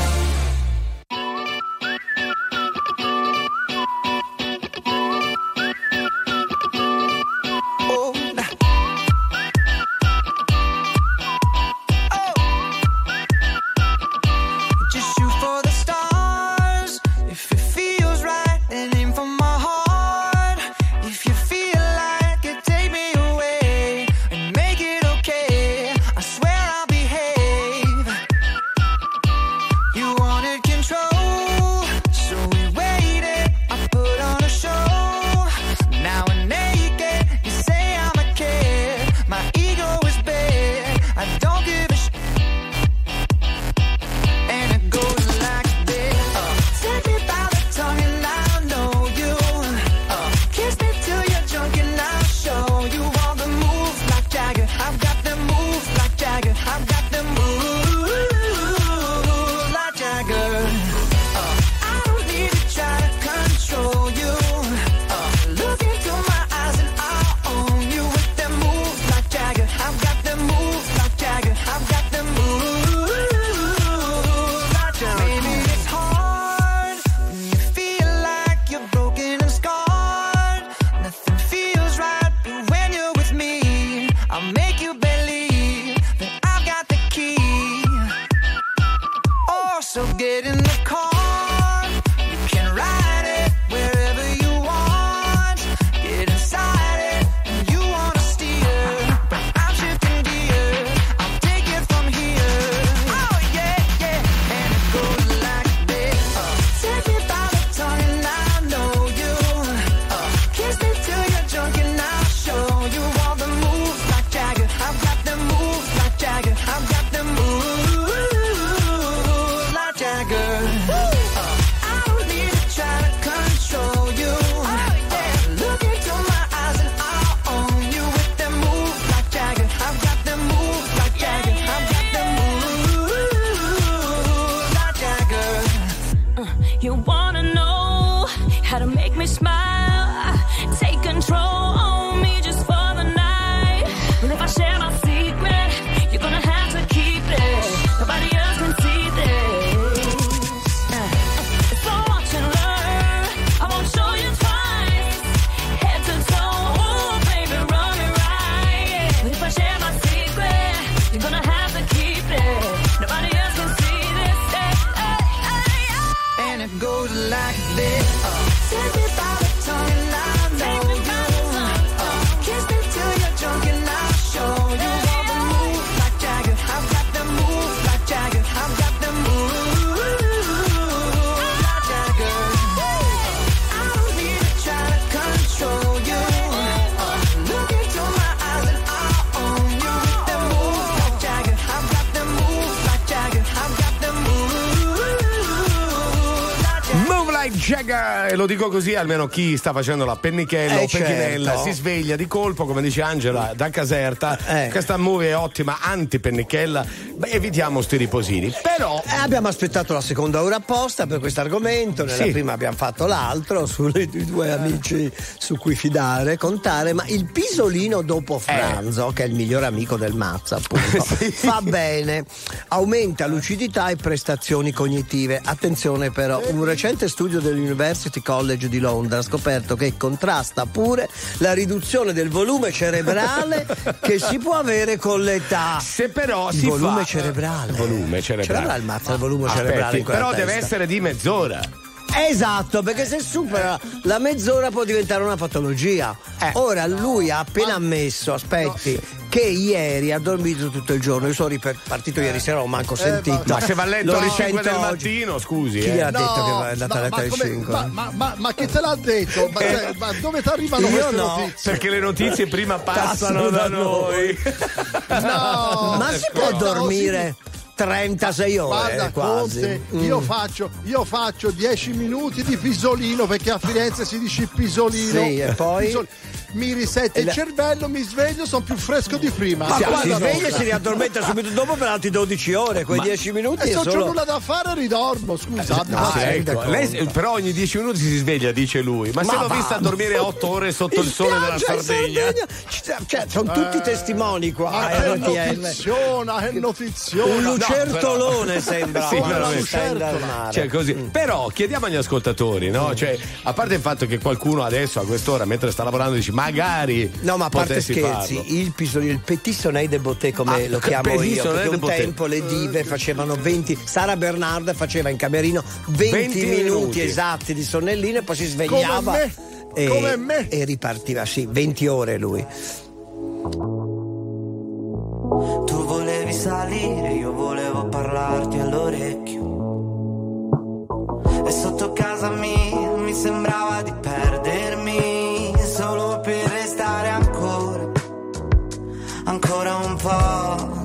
Mick Jagger, e lo dico così almeno chi sta facendo la pennichella o pecchinella si sveglia di colpo, come dice Angela da Caserta. Questa movie è ottima anti-pennichella. Evitiamo sti riposini. Però abbiamo aspettato la seconda ora apposta per questo argomento. Nella prima abbiamo fatto l'altro sui due amici su cui contare, ma il pisolino dopo pranzo, che è il migliore amico del mazza, appunto, fa bene, aumenta lucidità e prestazioni cognitive. Attenzione però, un recente studio dell'University College di Londra ha scoperto che contrasta pure la riduzione del volume cerebrale che si può avere con l'età. Se però il volume cerebrale. Ce l'avrà il mazza il volume cerebrale in però testa. Deve essere di mezz'ora. Esatto, perché se supera la mezz'ora può diventare una patologia. Ora lui ha appena ammesso, che ieri ha dormito tutto il giorno. Io sono partito ieri sera, non ho manco sentito. Ma se va a letto alle 5 del mattino, scusi. Chi gli ha detto che va andata a letto alle 5? Ma chi te l'ha detto? Ma dove ti arrivano queste notizie? Perché le notizie prima passano da noi. No, ma si può dormire 36 ore? Guarda, quasi. Conte, io faccio 10 minuti di pisolino, perché a Firenze si dice pisolino. Sì, e poi mi risette il cervello, mi sveglio, sono più fresco di prima. Ma si sveglia e si riaddormenta subito dopo per altri 12 ore, quei 10 minuti. E se non c'ho nulla da fare ridormo, scusa. Lei, però ogni 10 minuti si sveglia, dice lui. Ma se l'ho vista dormire 8 ore sotto il sole della Sardegna. Cioè, sono tutti testimoni qua. Che notiziona. Un lucertolone sembra. Sì, cioè, così. Però chiediamo agli ascoltatori, no? Cioè, a parte il fatto che qualcuno adesso a quest'ora, mentre sta lavorando, dice magari. No, ma a parte scherzi, farlo. il petit sonnet de beauté, come lo chiamo io, perché un tempo le dive facevano 20. Sara Bernard faceva in camerino 20 minuti esatti di sonnellino e poi si svegliava come me. E ripartiva, 20 ore lui. Tu volevi salire, io volevo parlarti all'orecchio, e sotto casa mia mi sembrava di perdermi, solo per restare ancora un po'.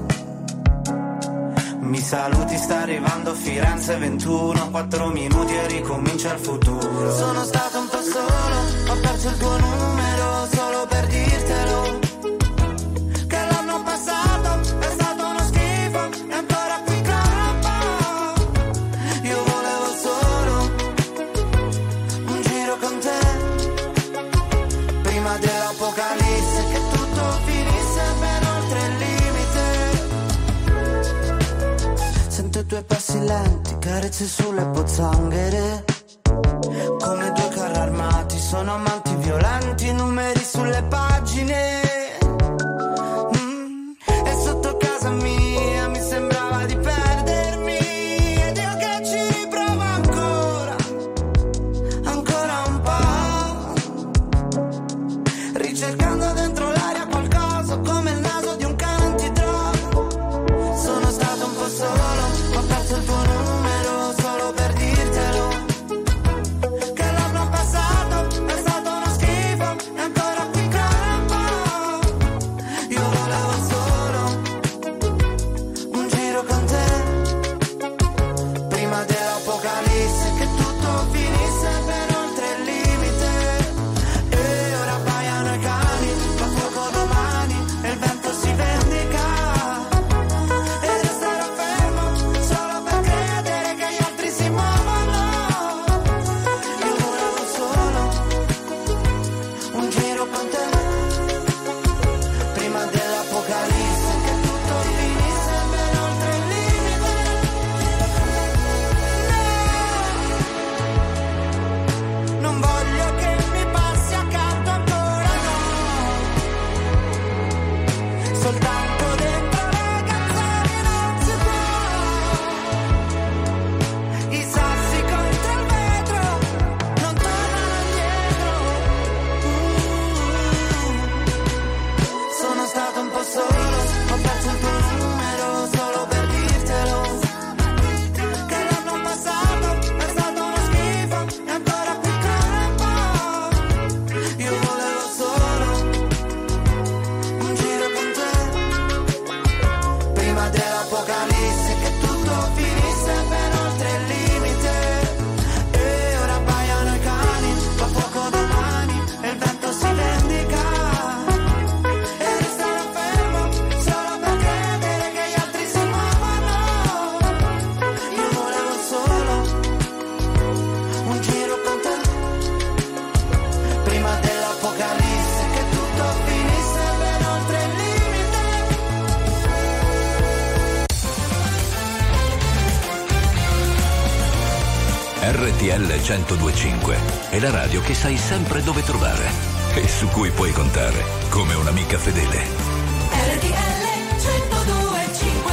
Mi saluti, sta arrivando Firenze 21, 4 minuti e ricomincia il futuro. Sono stato un po' solo, ho perso il tuo numero solo per dirtelo, che l'anno passato è stato uno schifo e ancora qui campo. Io volevo solo un giro con te, prima dell'apocalisse, che tutto finisse ben oltre il limite. Sento i tuoi passi lenti, carezze sulle pozzanghere, come due carri armati, sono amanti violenti, numeri sulle pagine. E sotto casa mia mi sembrava di perdermi, ed io che ci riprovo ancora un po', ricercando dentro l'aria qualcosa come il naso di un cane antidroga. Sono stato un po' solo, ho perso il tuo numero solo per dirtelo, che l'anno passato è stato uno RTL 102.5 è la radio che sai sempre dove trovare e su cui puoi contare come un'amica fedele. RTL 102.5.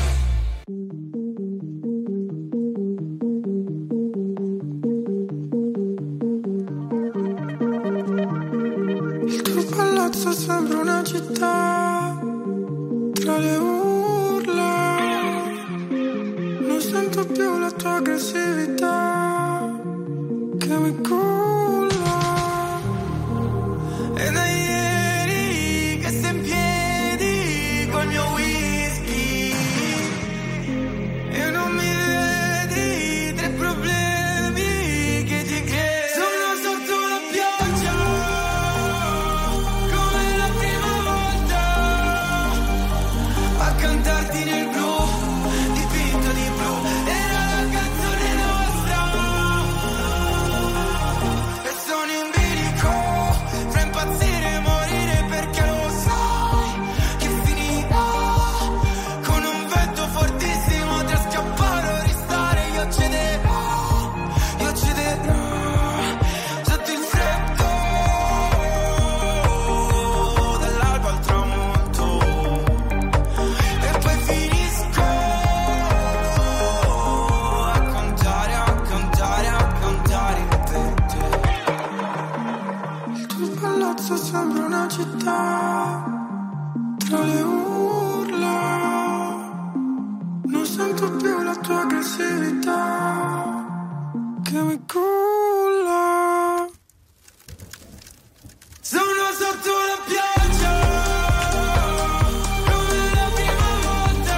Il tuo palazzo sembra una città tra le urla. Non sento più la tua aggressività che mi culla. E da ieri che sei in piedi col mio whisky e non mi vedi, tre problemi che ti crei. Sono sotto la pioggia come la prima volta a cantarti nel blu dipinto di blu. Era la canzone nostra e sono in bilico fra impazzire e morire perché lo sai che finirà con un vento fortissimo tra scappare o restare. Io cederò sotto il freddo dall'alba al tramonto e poi finisco a contare per te. Il tuo palazzo sembra una città tra le urla. Non sento più la tua aggressività che mi culla. Sono sotto la pioggia come la prima volta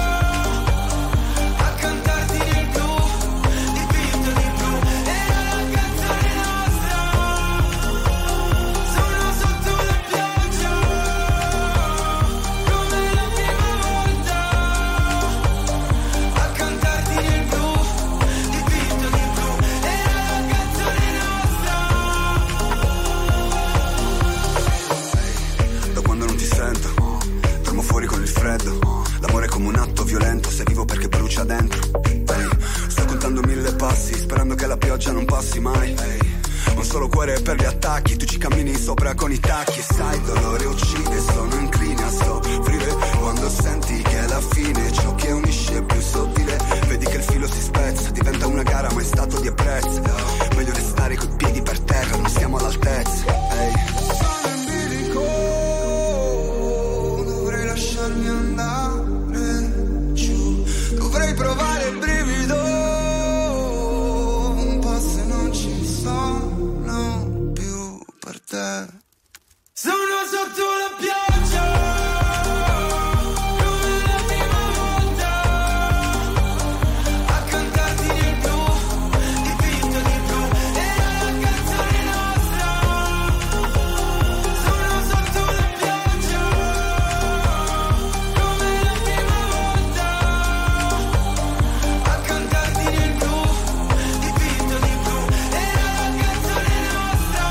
a cantarti nel blu dipinto di blu. Era la canzone nostra. Sono sotto la pioggia come la prima volta a cantarti nel blu dipinto di blu. Era la canzone nostra. Da quando non ti sento, dormo fuori con il freddo. L'amore è come un atto violento, se vivo perché brucia dentro. Ehi, sto contando 1000 passi, sperando che la pioggia non passi mai. Un solo cuore per gli attacchi, tu ci cammini sopra con i tacchi. E sai, il dolore uccide, sono incline a soffrire quando senti che è la fine. Ciò che unisce è più sottile, vedi che il filo si spezza, diventa una gara ma è stato di apprezzo. Meglio restare coi piedi per terra, non siamo all'altezza. Ehi. Sono in bilico, dovrei lasciarmi andare giù, dovrei provare il brivido un po' se non ci sono più per te. Sono sotto la pioggia come la prima volta a cantarti nel blu dipinto di blu. Era la canzone nostra. Sono sotto la pioggia come la prima volta a cantarti nel blu dipinto di blu. Era la canzone nostra.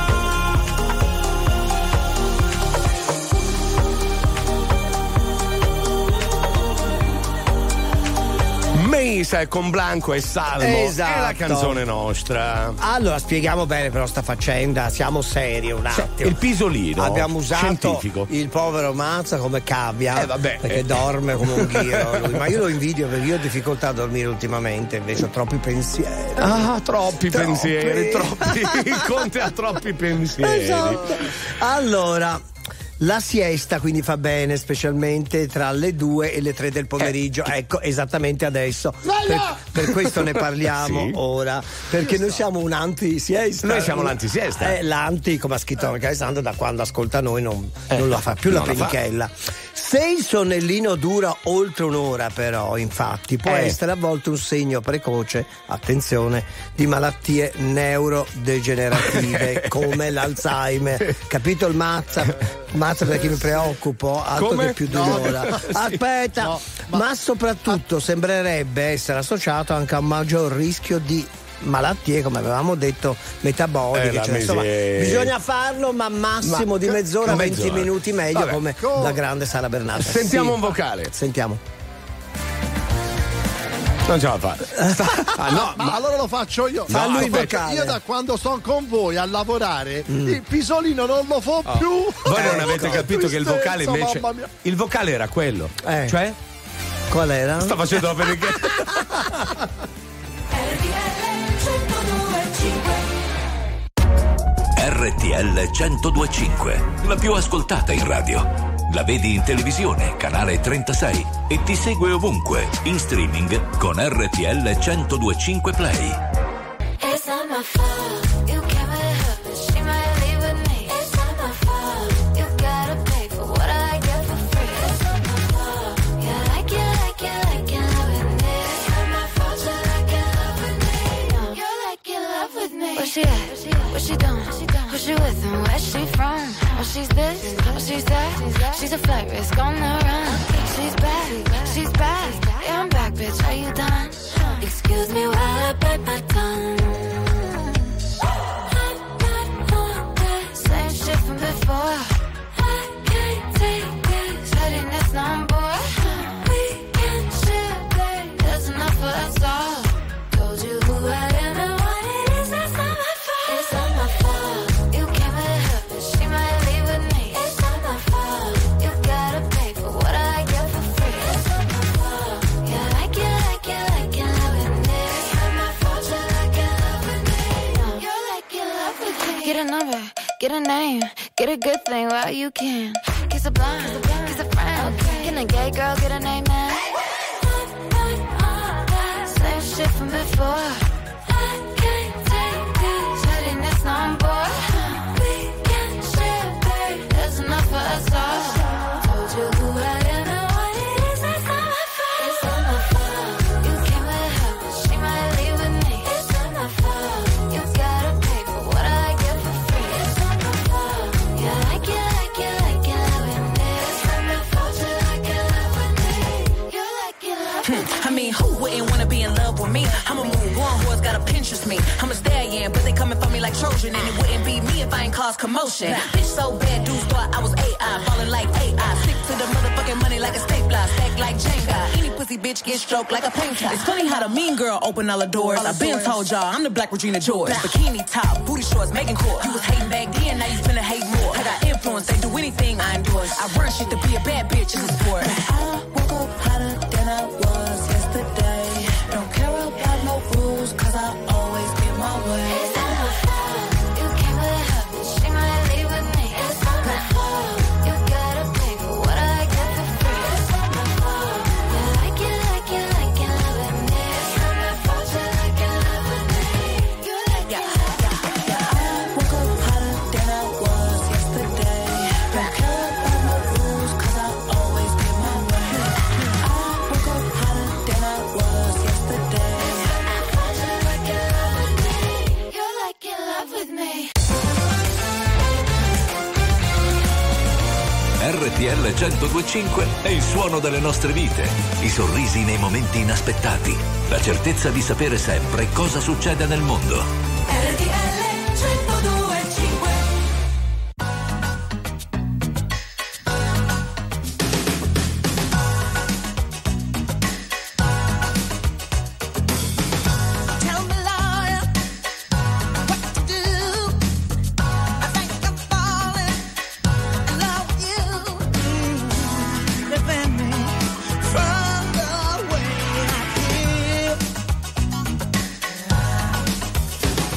Meisa con Blanco e Salmo. Esatto. È la canzone nostra. Allora spieghiamo bene però sta faccenda, siamo seri un attimo. Il pisolino abbiamo usato scientifico. il povero Mazza come cavia perché dorme come un ghiro lui. Ma io lo invidio perché io ho difficoltà a dormire ultimamente, invece ho troppi pensieri. Troppi pensieri, troppi. Il Conte ha troppi pensieri. Esatto. Allora, la siesta quindi fa bene, specialmente tra le 2 e le 3 del pomeriggio. Ecco, esattamente adesso. Per questo ne parliamo ora. Perché noi siamo un anti-siesta. Noi siamo l'anti-siesta. L'anti, come ha scritto anche Alessandro, da quando ascolta noi non la fa più la penichella. Se il sonnellino dura oltre un'ora, però, infatti, può essere a volte un segno precoce, attenzione, di malattie neurodegenerative come l'Alzheimer. Capito il Mazza? Mazza perché mi preoccupo, altro come? che più di un'ora. No. Aspetta, no, ma soprattutto sembrerebbe essere associato anche a un maggior rischio di malattie, come avevamo detto, metaboliche. Cioè, insomma, bisogna farlo, ma massimo di mezz'ora, 20 minuti meglio. Vabbè, come la grande Sara Bernardi. Sentiamo un vocale. Sentiamo. Non ce la fa. No, ma allora lo faccio io. Fa lui io da quando sono con voi a lavorare il pisolino non lo fa più. Voi non avete capito che il vocale invece il vocale era quello. Cioè? Qual era? Sta facendo la perché. RTL 102.5, la più ascoltata in radio. La vedi in televisione, canale 36 e ti segue ovunque, in streaming con RTL 102.5 Play. It's not my fault, you can't help it, she might leave with me. It's not my fault, you gotta pay for what I get for free. It's not my fault, yeah, like it love with me. It's not my fault, you like it love with me. You're like it love with me. Where she at? What she doing? Who she with and where she from? Oh, she's this, oh, she's that. She's a flight risk on the run. She's back, yeah, I'm back, bitch, are you done? Excuse me while I bite my tongue. Same shit from before. I can't take this pettiness no more. We can share, babe, there's enough for us all. Told you who I am and what it is, that's not my fault. It's not my fault, you can't help it, she might leave with me. It's not my fault, you gotta pay for what I get for free. It's not my fault, yeah, like it love with me. It's not my fault, you like it love with me. You're like it love with me. Get a number, get a name, get a good thing while you can. Kiss a blind, kiss a friend. Can a gay girl get an amen? Same shit from before. I can't take this pettiness no more. We can share, babe, there's enough for us all. Told you who I am and what it is, that's not my fault. It's not my fault, you can't help it, she might leave with me. It's not my fault, you gotta pay for what I get for free. It's not my fault, yeah, like it love with me. It's not my fault, you like it love with me. You like it love with me. I mean, who wouldn't wanna be in love with me? I'ma move on, who's gotta Pinterest me? I'm a stallion, but they coming for me like Trojan, and it wouldn't be me if I ain't cause commotion. Bitch so bad, dudes thought I was AI, falling like AI. Stick to the motherfucking money like a stapler, stack like Jenga. Any pussy bitch get stroked like a painter. It's funny how the mean girl open all the doors. I've been told y'all I'm the Black Regina George. Bikini top, booty shorts, making court. You was hating back then, now you finna hate more. I got influence, they do anything I endorse. I run shit to be a bad bitch in the sport. I woke up hotter than I was yesterday. Don't care about no rules, cause I always get my way. It's not my fault, you can't help it, she might leave with me. It's not my fault, you gotta pay for what I get for free. It's not my fault, you like it love with me. It's not my fault, you like it love with me. You like it love with me. I woke up hotter than I was yesterday. Don't care about no rules, cause I always get my way. I woke up hotter than I was yesterday. You like it love with me. RTL 102.5 è il suono delle nostre vite, i sorrisi nei momenti inaspettati, la certezza di sapere sempre cosa succede nel mondo. RTL 102.5. Tell me, lawyer, what to do. I think I'm falling in love with you. Prevent me from the way I feel.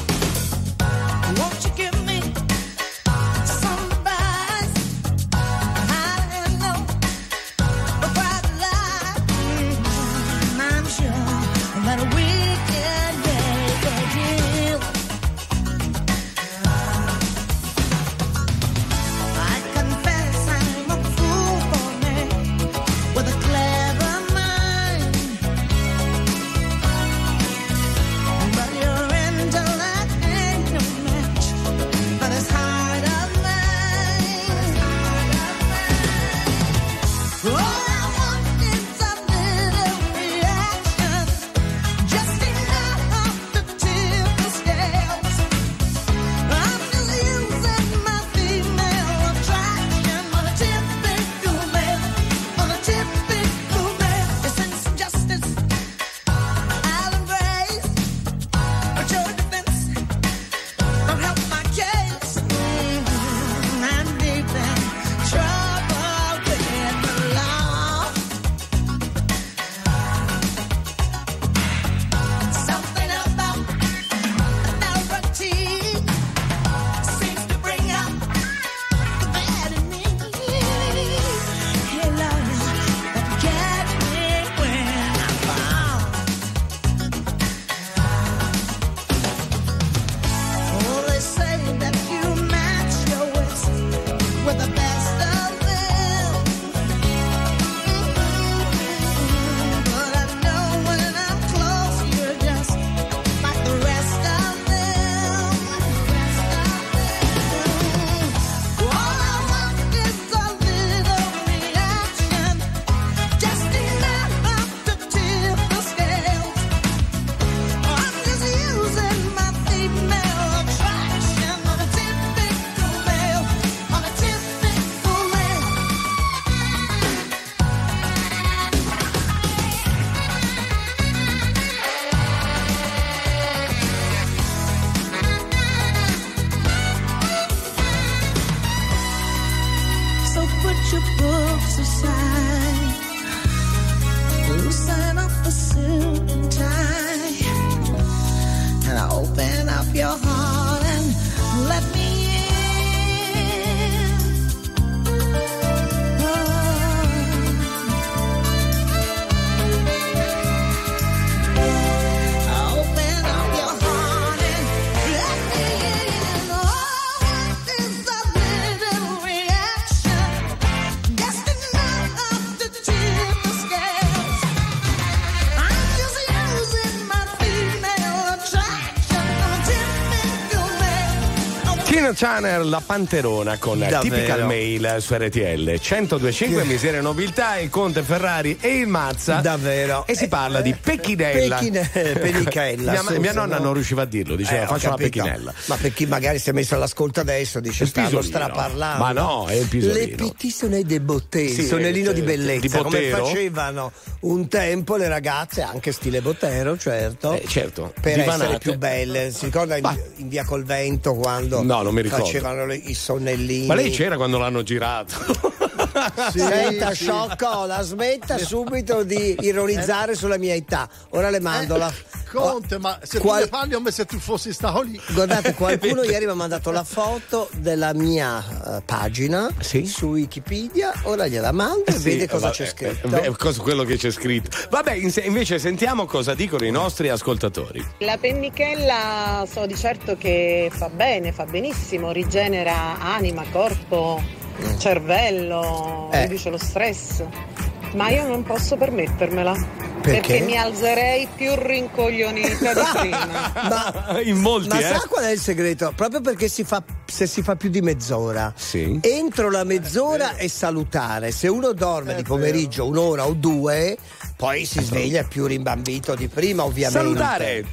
Tina Turner, la Panterona con Davvero? Typical Male su RTL 102.5, Miseria e Nobiltà, il Conte Ferrari e il Mazza. Davvero? E si parla di pecchinella. Penichinella. Mia nonna non riusciva a dirlo, diceva faccio una pecchinella. Ma per chi magari si è messo all'ascolto adesso dice stanno straparlando. Ma no, è il pisolino. Le petit sono dei bottè, Sì, sonnellino di bellezza, di come Botero? facevano un tempo le ragazze, anche stile Botero, certo. Certo. Per Divanate. essere più belle. Si ricorda in Via Colvento quando No, non mi ricordo. facevano i sonnellini? Ma lei c'era quando l'hanno girato? Senta, sciocco, la smetta subito di ironizzare sulla mia età. Ora le mando la. Conte, ma se tu ne parli come se tu fossi stato lì. Guardate, qualcuno ieri mi ha mandato la foto della mia pagina su Wikipedia. Ora gliela mando e vede cosa c'è scritto. Quello che c'è scritto. Vabbè, invece sentiamo cosa dicono i nostri ascoltatori. La pennichella so di certo che fa bene, fa benissimo, rigenera anima, corpo, cervello, riduce lo stress. Ma io non posso permettermela. Perché mi alzerei più rincoglionita di prima. In molti, ma sa qual è il segreto? Proprio perché se si fa più di mezz'ora. Sì. Entro la mezz'ora è salutare. Se uno dorme di pomeriggio un'ora o due, poi si sveglia più rimbambito di prima, ovviamente. Salutare!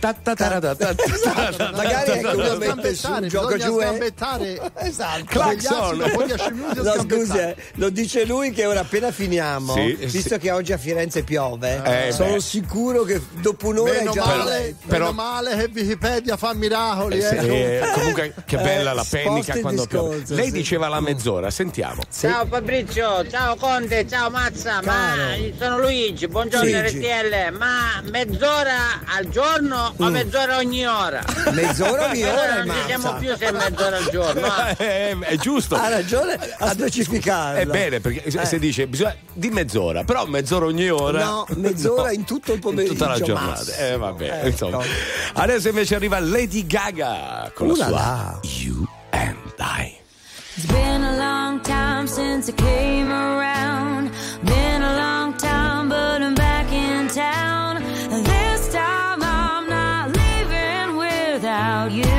Magari ecco, uno mette su un gioco giù. Esatto. Claxon. No, scusi, lo dice lui che ora appena finiamo, visto che oggi a Firenze piove, sono sicuro che dopo un'ora è già meno male che Wikipedia fa miracoli. Comunque che bella la pennica quando piove. Lei diceva la mezz'ora, sentiamo. Ciao Fabrizio, ciao Conte, ciao Mazza, sono Luigi, buongiorno RTL, ma mezz'ora al giorno o mezz'ora ogni ora? Mezz'ora ogni ora, non diciamo più se è mezz'ora al giorno. È giusto. Ha ragione a specificarlo. È bene, perché se dice bisogna di mezz'ora, però mezz'ora ogni ora. No, mezz'ora in tutto il pomeriggio. In tutta la giornata. Vabbè, insomma. Adesso invece arriva Lady Gaga con la sua You and I. It's been a long time since I came around. Been a long time, but I'm back in town. This time I'm not leaving without you.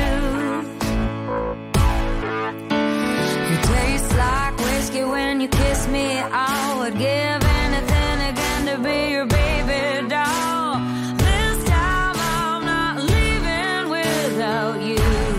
You taste like whiskey when you kiss me. I would give anything again to be your baby doll. This time I'm not leaving without you.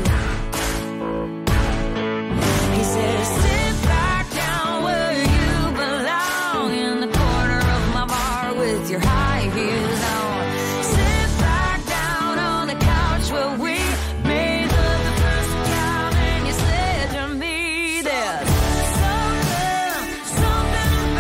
He says, sit back down where you belong, in the corner of my bar with your high heels on. Sit back down on the couch where we made love the first time, and you said to me, there's something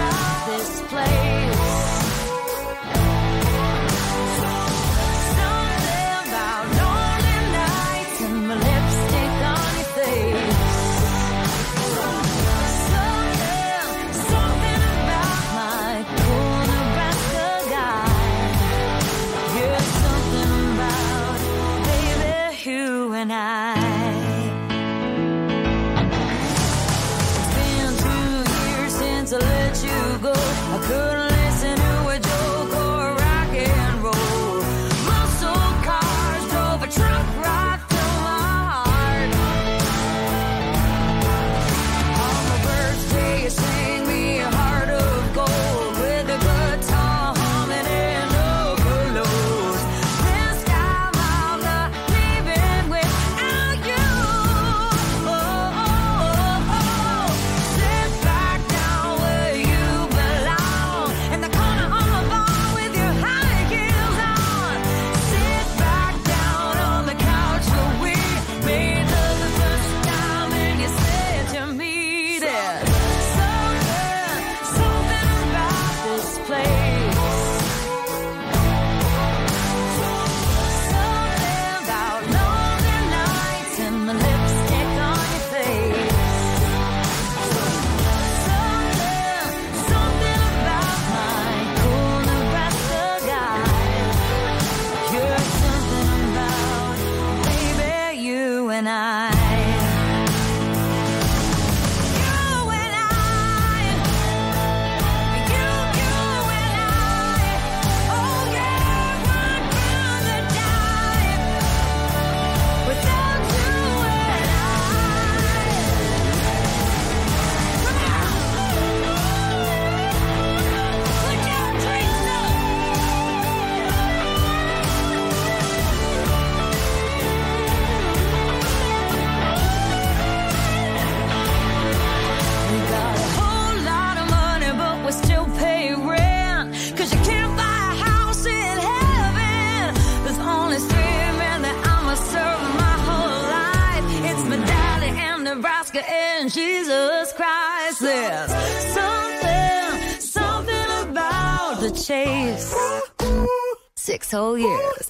Nebraska and Jesus Christ. There's something about the chase. 6 whole years.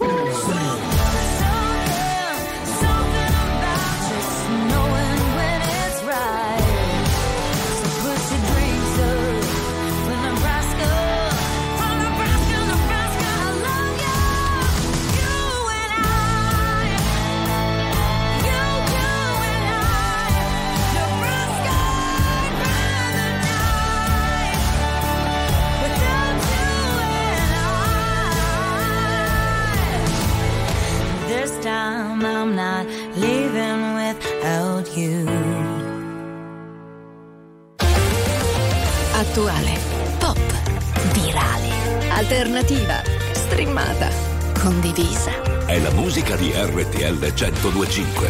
Time I'm not leaving without you. Attuale, pop, virale, alternativa, streamata, condivisa. È la musica di RTL 102.5.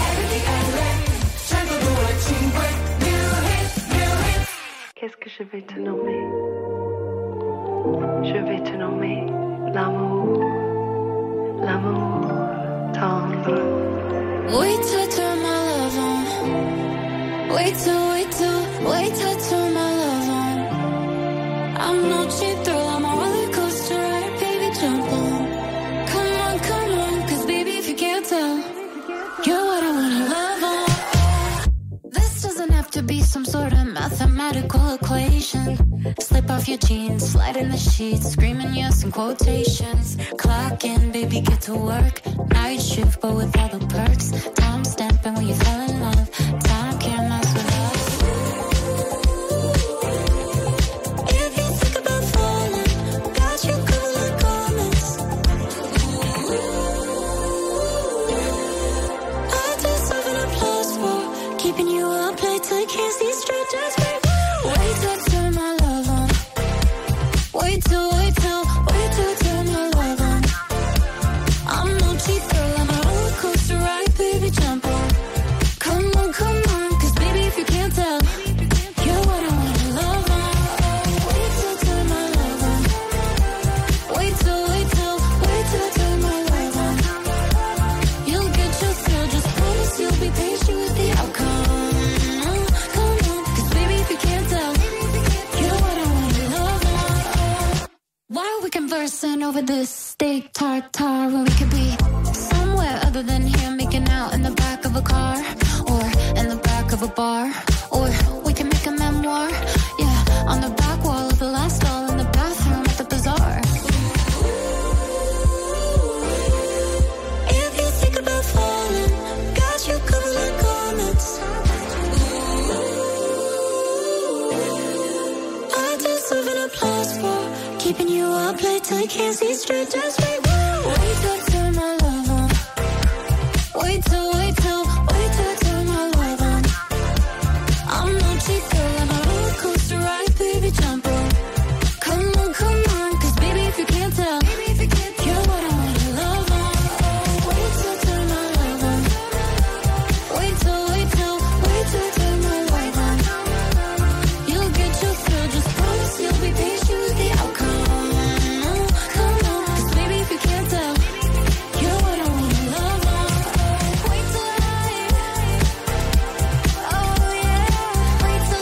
Qu'est-ce que je vais te nommer? Je vais te nommer l'amour, l'amour tendre. Wait till I turn my love on. Wait till I turn my love on. I'm no cheap thrill, I'm a roller coaster ride, baby, jump on. Come on, cause baby, if you can't tell, you're what I wanna love on. This doesn't have to be some sort of mathematical equation. Slip off your jeans, slide in the sheets, screaming yes in quotations. Clock in, baby, get to work. Night shift, but with all the perks. Time stamping when you fell in love. Time can't mess with us. If you think about falling, got you covered like garments. I deserve an applause for keeping you up late till you can't see straight. Just wait till I turn my love on. Wait till I turn my love on. I'm no cheap girl, I'm a roller coaster ride, baby, jump on. Come on, cause baby, if you can't tell, you're what I wanna love on. Wait till I turn my love on. Wait till I turn my love on. You'll get your thrill, just promise you'll be patient with the outcome. Come on, cause baby, if you can't tell, you're what I wanna love on. Why are we conversing over this steak tartare when we could be somewhere other than here, making out in the back of a car or in the back of a bar, or we can make a memoir, yeah, on the back wall of the last stall in the bathroom at the bazaar. If you think about falling, got you covered like garments. I deserve an applause for keeping you up late till you can't see straight. Just wait till I turn my love on. Wait till I turn my love on. I'm no cheap girl, I'm a roller coaster ride, baby, jump on. Come on, cause baby, if you can't tell, you're what I wanna love on. Wait till I turn my love on. Wait till I turn my love on. You'll get your thrill, just promise you'll be patient with the outcome. Come on, cause baby, if you can't tell, you're what I wanna love on. Wait till oh yeah, wait till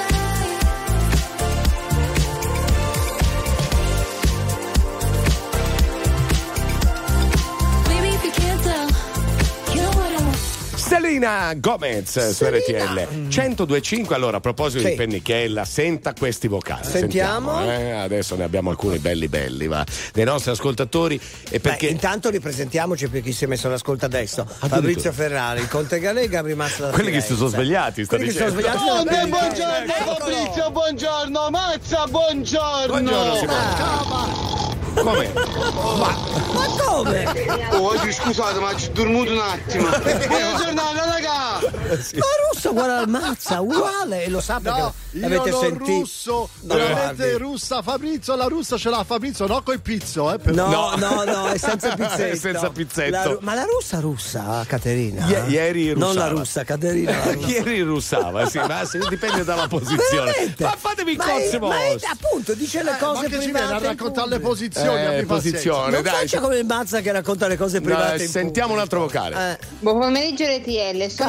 baby, if you can't tell, you're what I want. Selena Gomez su RTL 102.5. Allora, a proposito Sì. di Pennichella, senta questi vocali. Sentiamo. Adesso ne abbiamo alcuni belli, va, dei nostri ascoltatori. E perché intanto ripresentiamoci per chi si è messo all'ascolto adesso. Fabrizio Ferrari, il Conte Galè e Gabri Massa da quelli che si sono Firenze. svegliati, sta Quelli che si sono dicendo. svegliati da Conte, Firenze. buongiorno Fabrizio, buongiorno Mazza, buongiorno. Buongiorno, Come? Ma come? Oggi scusate, ma ci ho dormito un attimo. Buona giornata, raga! Ma Russo guarda il Mazza, uguale, e lo sa perché No, l'avete io non sentito. russo, No, veramente guardi. russa Fabrizio, la russa ce l'ha Fabrizio, no coi pizzo, però. No, è senza pizzetto. È senza pizzetto. Ma la russa, Caterina? Ieri russava. Non la russa, Caterina. La russa. Ieri russava, sì, ma dipende dalla posizione. Veramente? Ma fatevi i Ma cozzi è vostri. appunto, dice le cose Ma che ci viene a private. in raccontare le pubblico. posizioni, abbi posizione, Non dai. faccia come il Mazza che racconta le cose private. in Sentiamo un pubblico. altro vocale. Buon pomeriggio RTL, sono Cara. contenta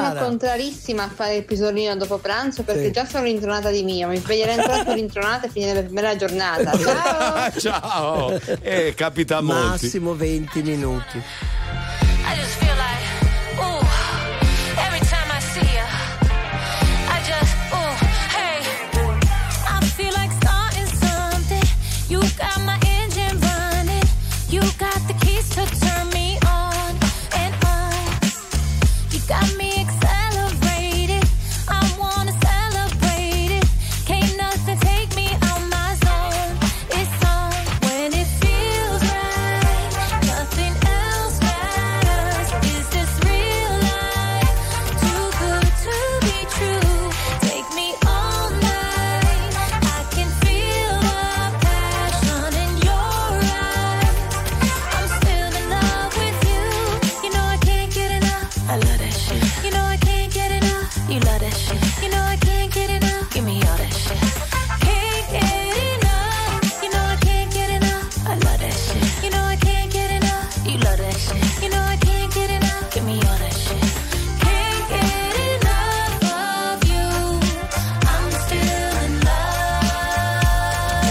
clarissima a fare il pisolino dopo pranzo perché già sono rintronata di mio. Mi sveglierei ancora più rintronata e finire per me la giornata. Ciao! Ciao! Capita a molti. Massimo 20 minuti. I just feel like, ooh, every time I see you, I just, ooh, hey, I feel like starting something. You got my engine running. You got the keys to turn me on and on. You got me accelerated. I wanna celebrate it. Can't nothing take me out my zone. It's on when it feels right. Nothing else matters. Is this real life? Too good to be true. Take me all night. I can feel the passion in your eyes. I'm still in love with you. You know I can't get enough. I love that shit. You know I can't get enough. You love that shit. You know I can't get enough. Give me all that shit. Can't get enough. You know I can't get enough. I love that shit. You know I can't get enough. You love that shit. You know I can't get enough. Give me all that shit. Can't get enough of you. I'm still in love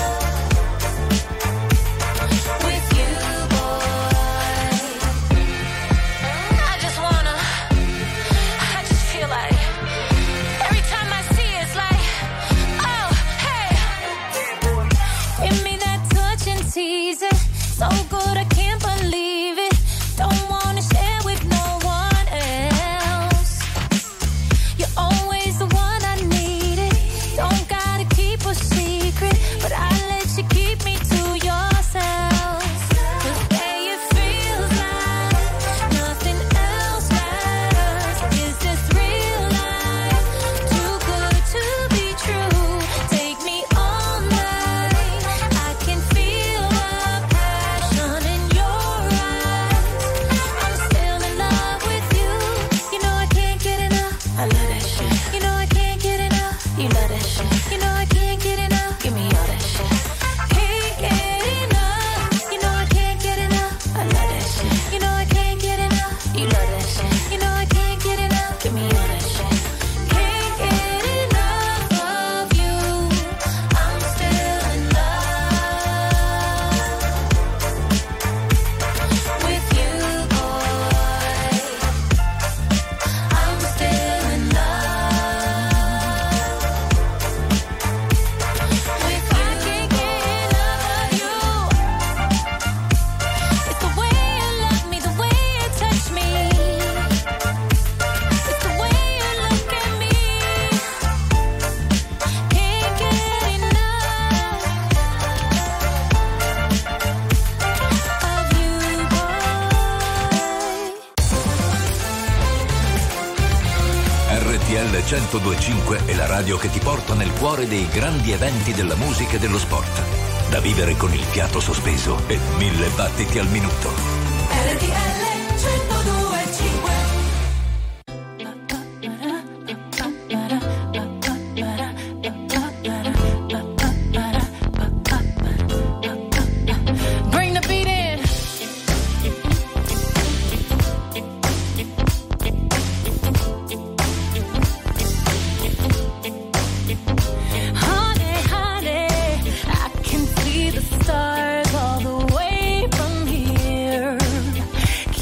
with you, boy. I just feel like every time I see it, it's like, oh, hey. Give me that touch and tease it. So good I can't believe it. Don't wanna share with no one else. You're always the one I needed. Don't gotta keep a secret, but I let you keep me to yourself. 'Cause babe, it feels like nothing else matters. Is this real life? Too good to be true. Take me all night. I can feel the passion in your eyes. I'm still in love with you. You know I can't get enough. I love that shit. You know I can't get enough. You love that shit. You know I can't get enough. Give me all that shit. Can't get enough. You know I can't get enough. I love that shit. You know I can't get enough. You love that shit. You know I can't get enough. Give me all that shit. Can't get enough of you. I'm still in love with you, boy. I'm still in love with you. I can't get enough of you. It's the way you love me, the way you touch me. It's the way you look at me. Can't get enough of you, boy. RTL 102.5 è la radio che ti porta nel cuore dei grandi eventi della musica e dello sport. Da vivere con il fiato sospeso e 1000 battiti al minuto. RTL 102.5. Bring the beat in. Honey, honey, I can see the stars all the way from here.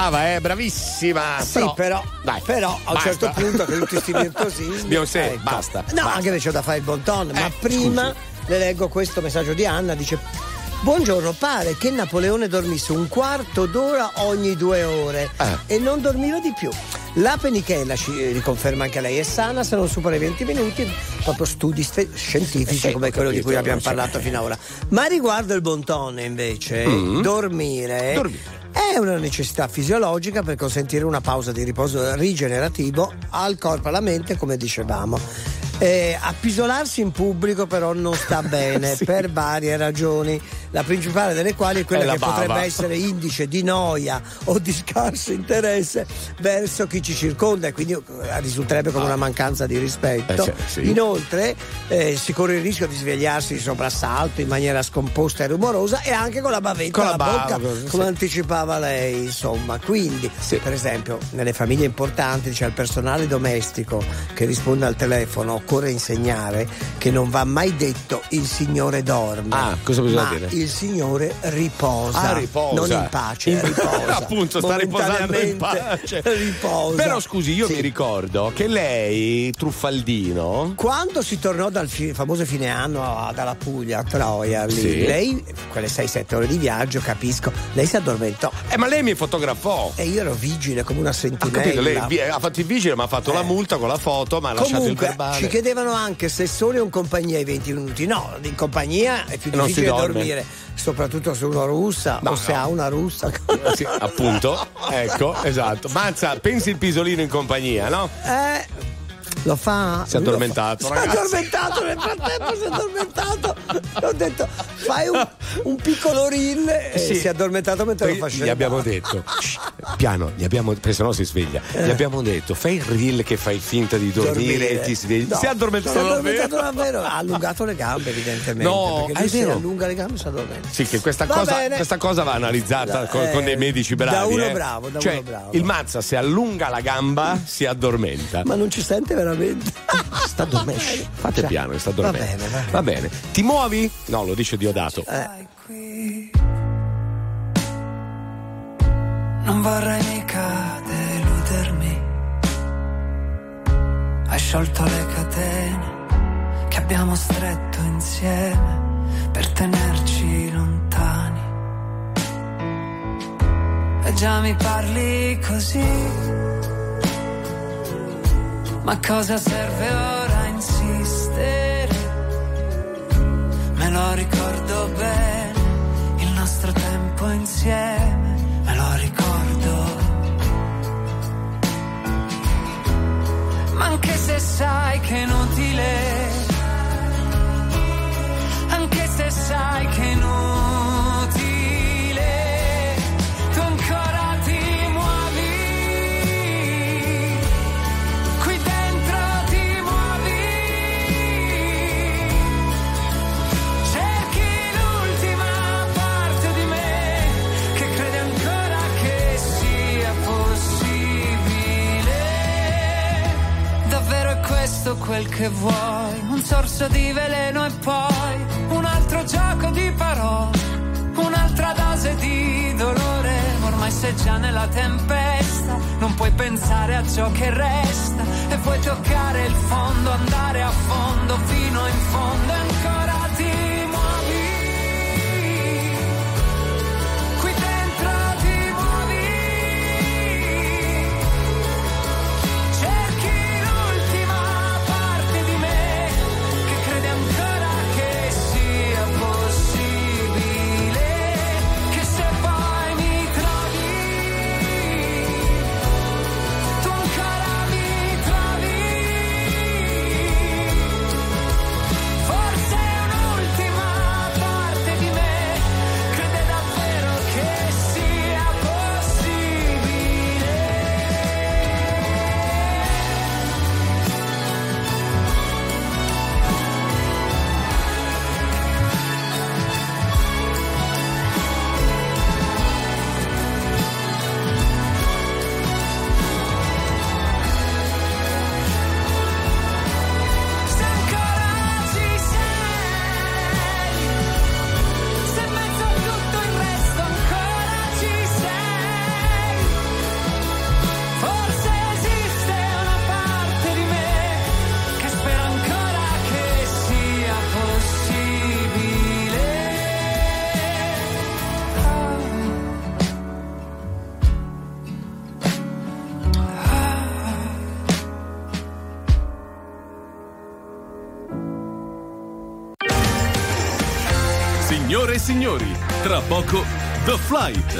Brava, bravissima. Sì, però a un certo punto con tutti questi virtuosismi. Beyoncé, basta. No, anche se c'è da fare il bon ton, ma prima le leggo questo messaggio di Anna, dice: buongiorno, pare che Napoleone dormisse un quarto d'ora ogni 2 ore e non dormiva di più. La penichella, ci riconferma anche lei, è sana se non supera i 20 minuti, proprio studi scientifici come quello di cui abbiamo parlato fino ad ora. Ma riguardo il bon ton invece, dormire è una necessità fisiologica per consentire una pausa di riposo rigenerativo al corpo e alla mente, come dicevamo. Appisolarsi in pubblico però non sta bene per varie ragioni, la principale delle quali è quella che potrebbe essere indice di noia o di scarso interesse verso chi ci circonda e quindi risulterebbe come una mancanza di rispetto. Inoltre si corre il rischio di svegliarsi di soprassalto in maniera scomposta e rumorosa e anche con la bavetta alla bocca, come anticipava lei, insomma. Quindi per esempio nelle famiglie importanti c'è il personale domestico che risponde al telefono, occorre insegnare che non va mai detto il signore dorme, cosa bisogna dire? Il signore riposa, non in pace, riposa. Appunto, sta riposando in pace. Riposa. Però scusi, io mi ricordo che lei, Truffaldino, quando si tornò dal famoso fine anno dalla Puglia a Troia, lì, lei, quelle 6-7 ore di viaggio, capisco, lei si addormentò. Ma lei mi fotografò. E io ero vigile come una sentinella. Capito, lei ha fatto il vigile, ma ha fatto la multa con la foto, ma ha lasciato il verbale. Ci chiedevano anche se solo in compagnia i 20 minuti. No, in compagnia è più difficile dormire, soprattutto se uno russa o se ha una russa. Sì, appunto, ecco, esatto. Mazza, pensi il pisolino in compagnia, no? Lo fa. Si è addormentato. Si è addormentato, nel frattempo si è addormentato. Ho detto, fai un piccolo reel e si è addormentato mentre lo faceva. Gli abbiamo detto, piano, perché sennò si sveglia. Gli abbiamo detto, fai il reel che fai finta di dormire e ti svegli. Si è addormentato davvero. Ha allungato le gambe, evidentemente. No, perché lui si allunga le gambe e si addormenta. Sì, che questa cosa va analizzata con dei medici bravi. Da uno bravo, uno bravo. Il Mazza, se allunga la gamba, si addormenta. Ma non ci sente veramente. Sta dormendo. Fate piano, sta dormendo. Va bene. Ti muovi? No, lo dice Diodato. Non vorrei mica deludermi. Hai sciolto le catene che abbiamo stretto insieme per tenerci lontani. E già mi parli così. Ma cosa serve ora insistere? Me lo ricordo bene, il nostro tempo insieme, me lo ricordo. Ma anche se sai che è inutile, anche se sai che è inutile, tu ancora ti muovi. Questo quel che vuoi, un sorso di veleno e poi un altro gioco di parole, un'altra dose di dolore. Ormai sei già nella tempesta, non puoi pensare a ciò che resta e vuoi toccare il fondo, andare a fondo fino in fondo e ancora ti muovi. Qui dentro ti muovi. Cerchi forse Signore e signori, tra poco The Flight.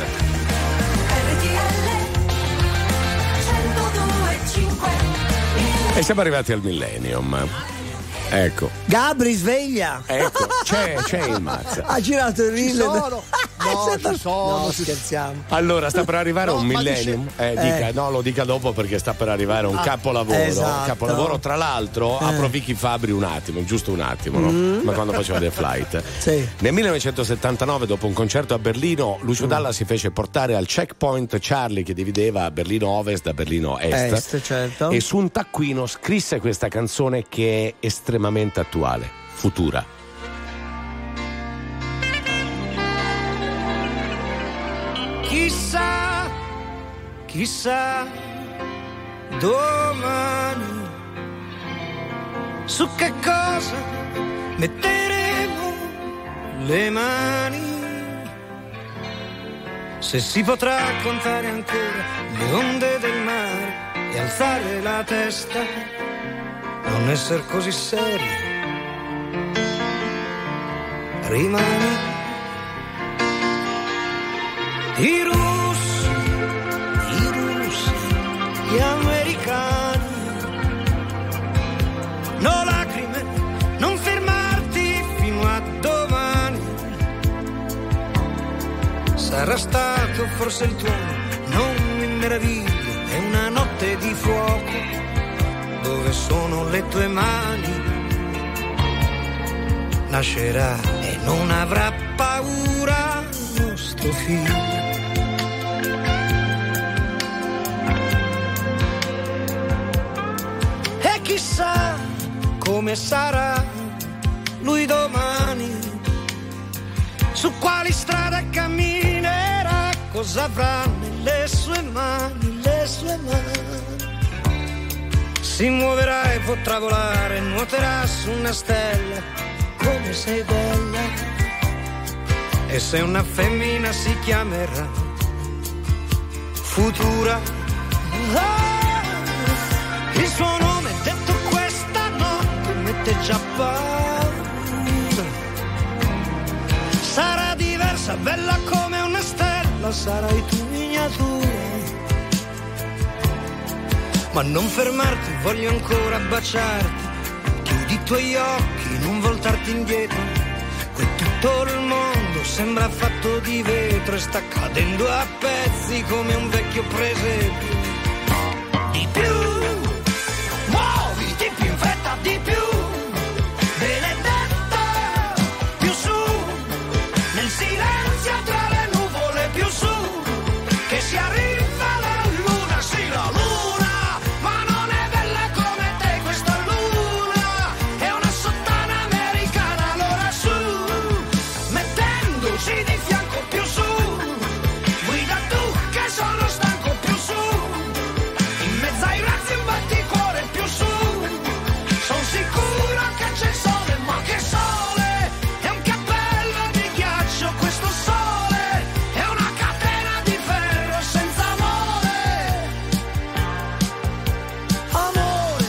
E siamo arrivati al Millennium. Ecco. Gabri, sveglia! Ecco, c'è il Mazza. Ha girato il reel. Ci sono. No, scherziamo. Allora, sta per arrivare un Millennium. No, lo dica dopo perché sta per arrivare un capolavoro. Esatto. Un capolavoro, tra l'altro, apro Vicky Fabri un attimo, giusto un attimo, no? Ma quando faceva The Flight. Sì. Nel 1979, dopo un concerto a Berlino, Lucio Dalla si fece portare al checkpoint Charlie che divideva Berlino Ovest da Berlino Est. Certo. E su un taccuino scrisse questa canzone che è estremamente attuale, Futura. Chissà domani su che cosa metteremo le mani, se si potrà contare ancora le onde del mare e alzare la testa, non essere così seri, rimani. I russi, gli americani, no lacrime, non fermarti fino a domani. Sarà stato forse il tuono, non mi meraviglio, è una notte di fuoco, dove sono le tue mani. Nascerà e non avrà paura nostro figlio. Chissà come sarà lui domani, su quali strade camminerà, cosa avrà nelle sue mani, le sue mani. Si muoverà e potrà volare, nuoterà su una stella, come sei bella. E se una femmina si chiamerà Futura, il suo nome detto questa notte mette già paura. Sarà diversa, bella come una stella, sarai tu miniatura. Ma non fermarti, voglio ancora baciarti. Chiudi i tuoi occhi, non voltarti indietro. Qui tutto il mondo sembra fatto di vetro e sta cadendo a pezzi come un vecchio presepio. Di più, muoviti più in fretta, di più, benedetta, più su, nel silenzio tra le nuvole, più su, che si arriva la luna, sì la luna, ma non è bella come te questa luna, è una sottana americana, allora su, mettendoci di fianco, più su, guida tu che sono stanco, più su, in mezzo ai razzi un batticuore, più su, son sicuro che c'è il sole, ma che sole, è un cappello di ghiaccio questo sole, è una catena di ferro senza amore, amore,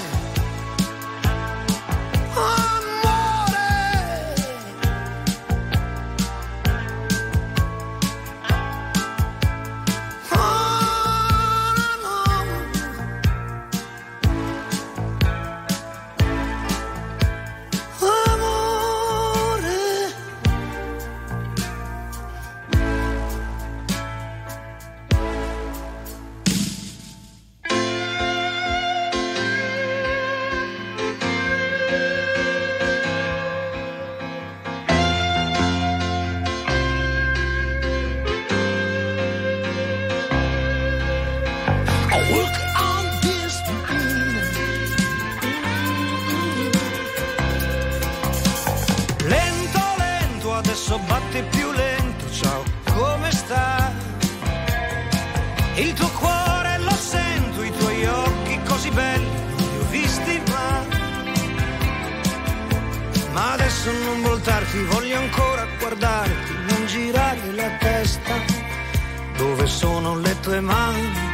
lento, lento, adesso batte più lento, ciao, come stai? Il tuo cuore lo sento, i tuoi occhi così belli, non li ho visti mai. Ma adesso non voltarti, voglio ancora guardarti, non girare la testa, dove sono le tue mani?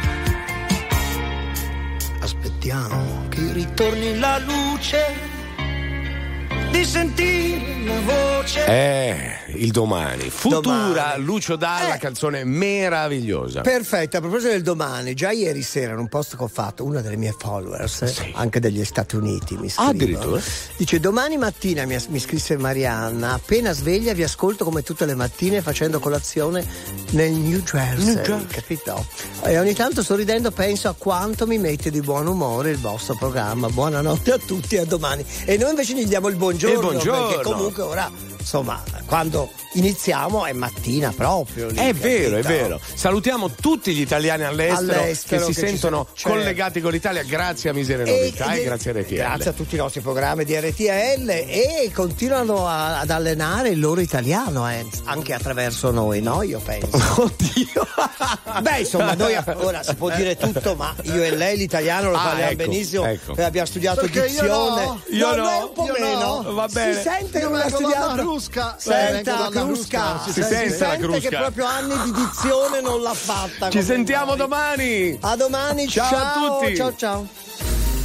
Aspettiamo che ritorni la luce, di sentire la voce voce. Il domani. Futura, Domani. Lucio Dalla, canzone meravigliosa. Perfetto, a proposito del domani, già ieri sera in un post che ho fatto, una delle mie followers, anche degli Stati Uniti, mi scrive. Addirittura? Dice: domani mattina mi scrisse Marianna, appena sveglia vi ascolto come tutte le mattine facendo colazione nel New Jersey. Capito? E ogni tanto sorridendo penso a quanto mi mette di buon umore il vostro programma. Buonanotte a tutti e a domani. E noi invece gli diamo il buongiorno. Perché comunque ora, insomma, quando iniziamo è mattina proprio lì, È vero, capito? è vero. Salutiamo tutti gli italiani all'estero che si sentono collegati con l'Italia grazie a Miseria Novità e grazie a RTL. Grazie a tutti i nostri programmi di RTL e continuano ad allenare il loro italiano anche attraverso noi, no? Io penso. Oddio. Beh, insomma, noi ora si può dire tutto, ma io e lei l'italiano lo parliamo benissimo. Abbiamo studiato Perché dizione. io no. Lei un po' meno. Va bene. Si sente che Io non ha vengo dalla studiato. Crusca. Senta Vengo la dalla Crusca. Crusca. Si sente la Crusca. Che proprio anni di dizione non l'ha fatta. Ci come sentiamo noi. domani. A domani. Ciao a tutti. Ciao ciao.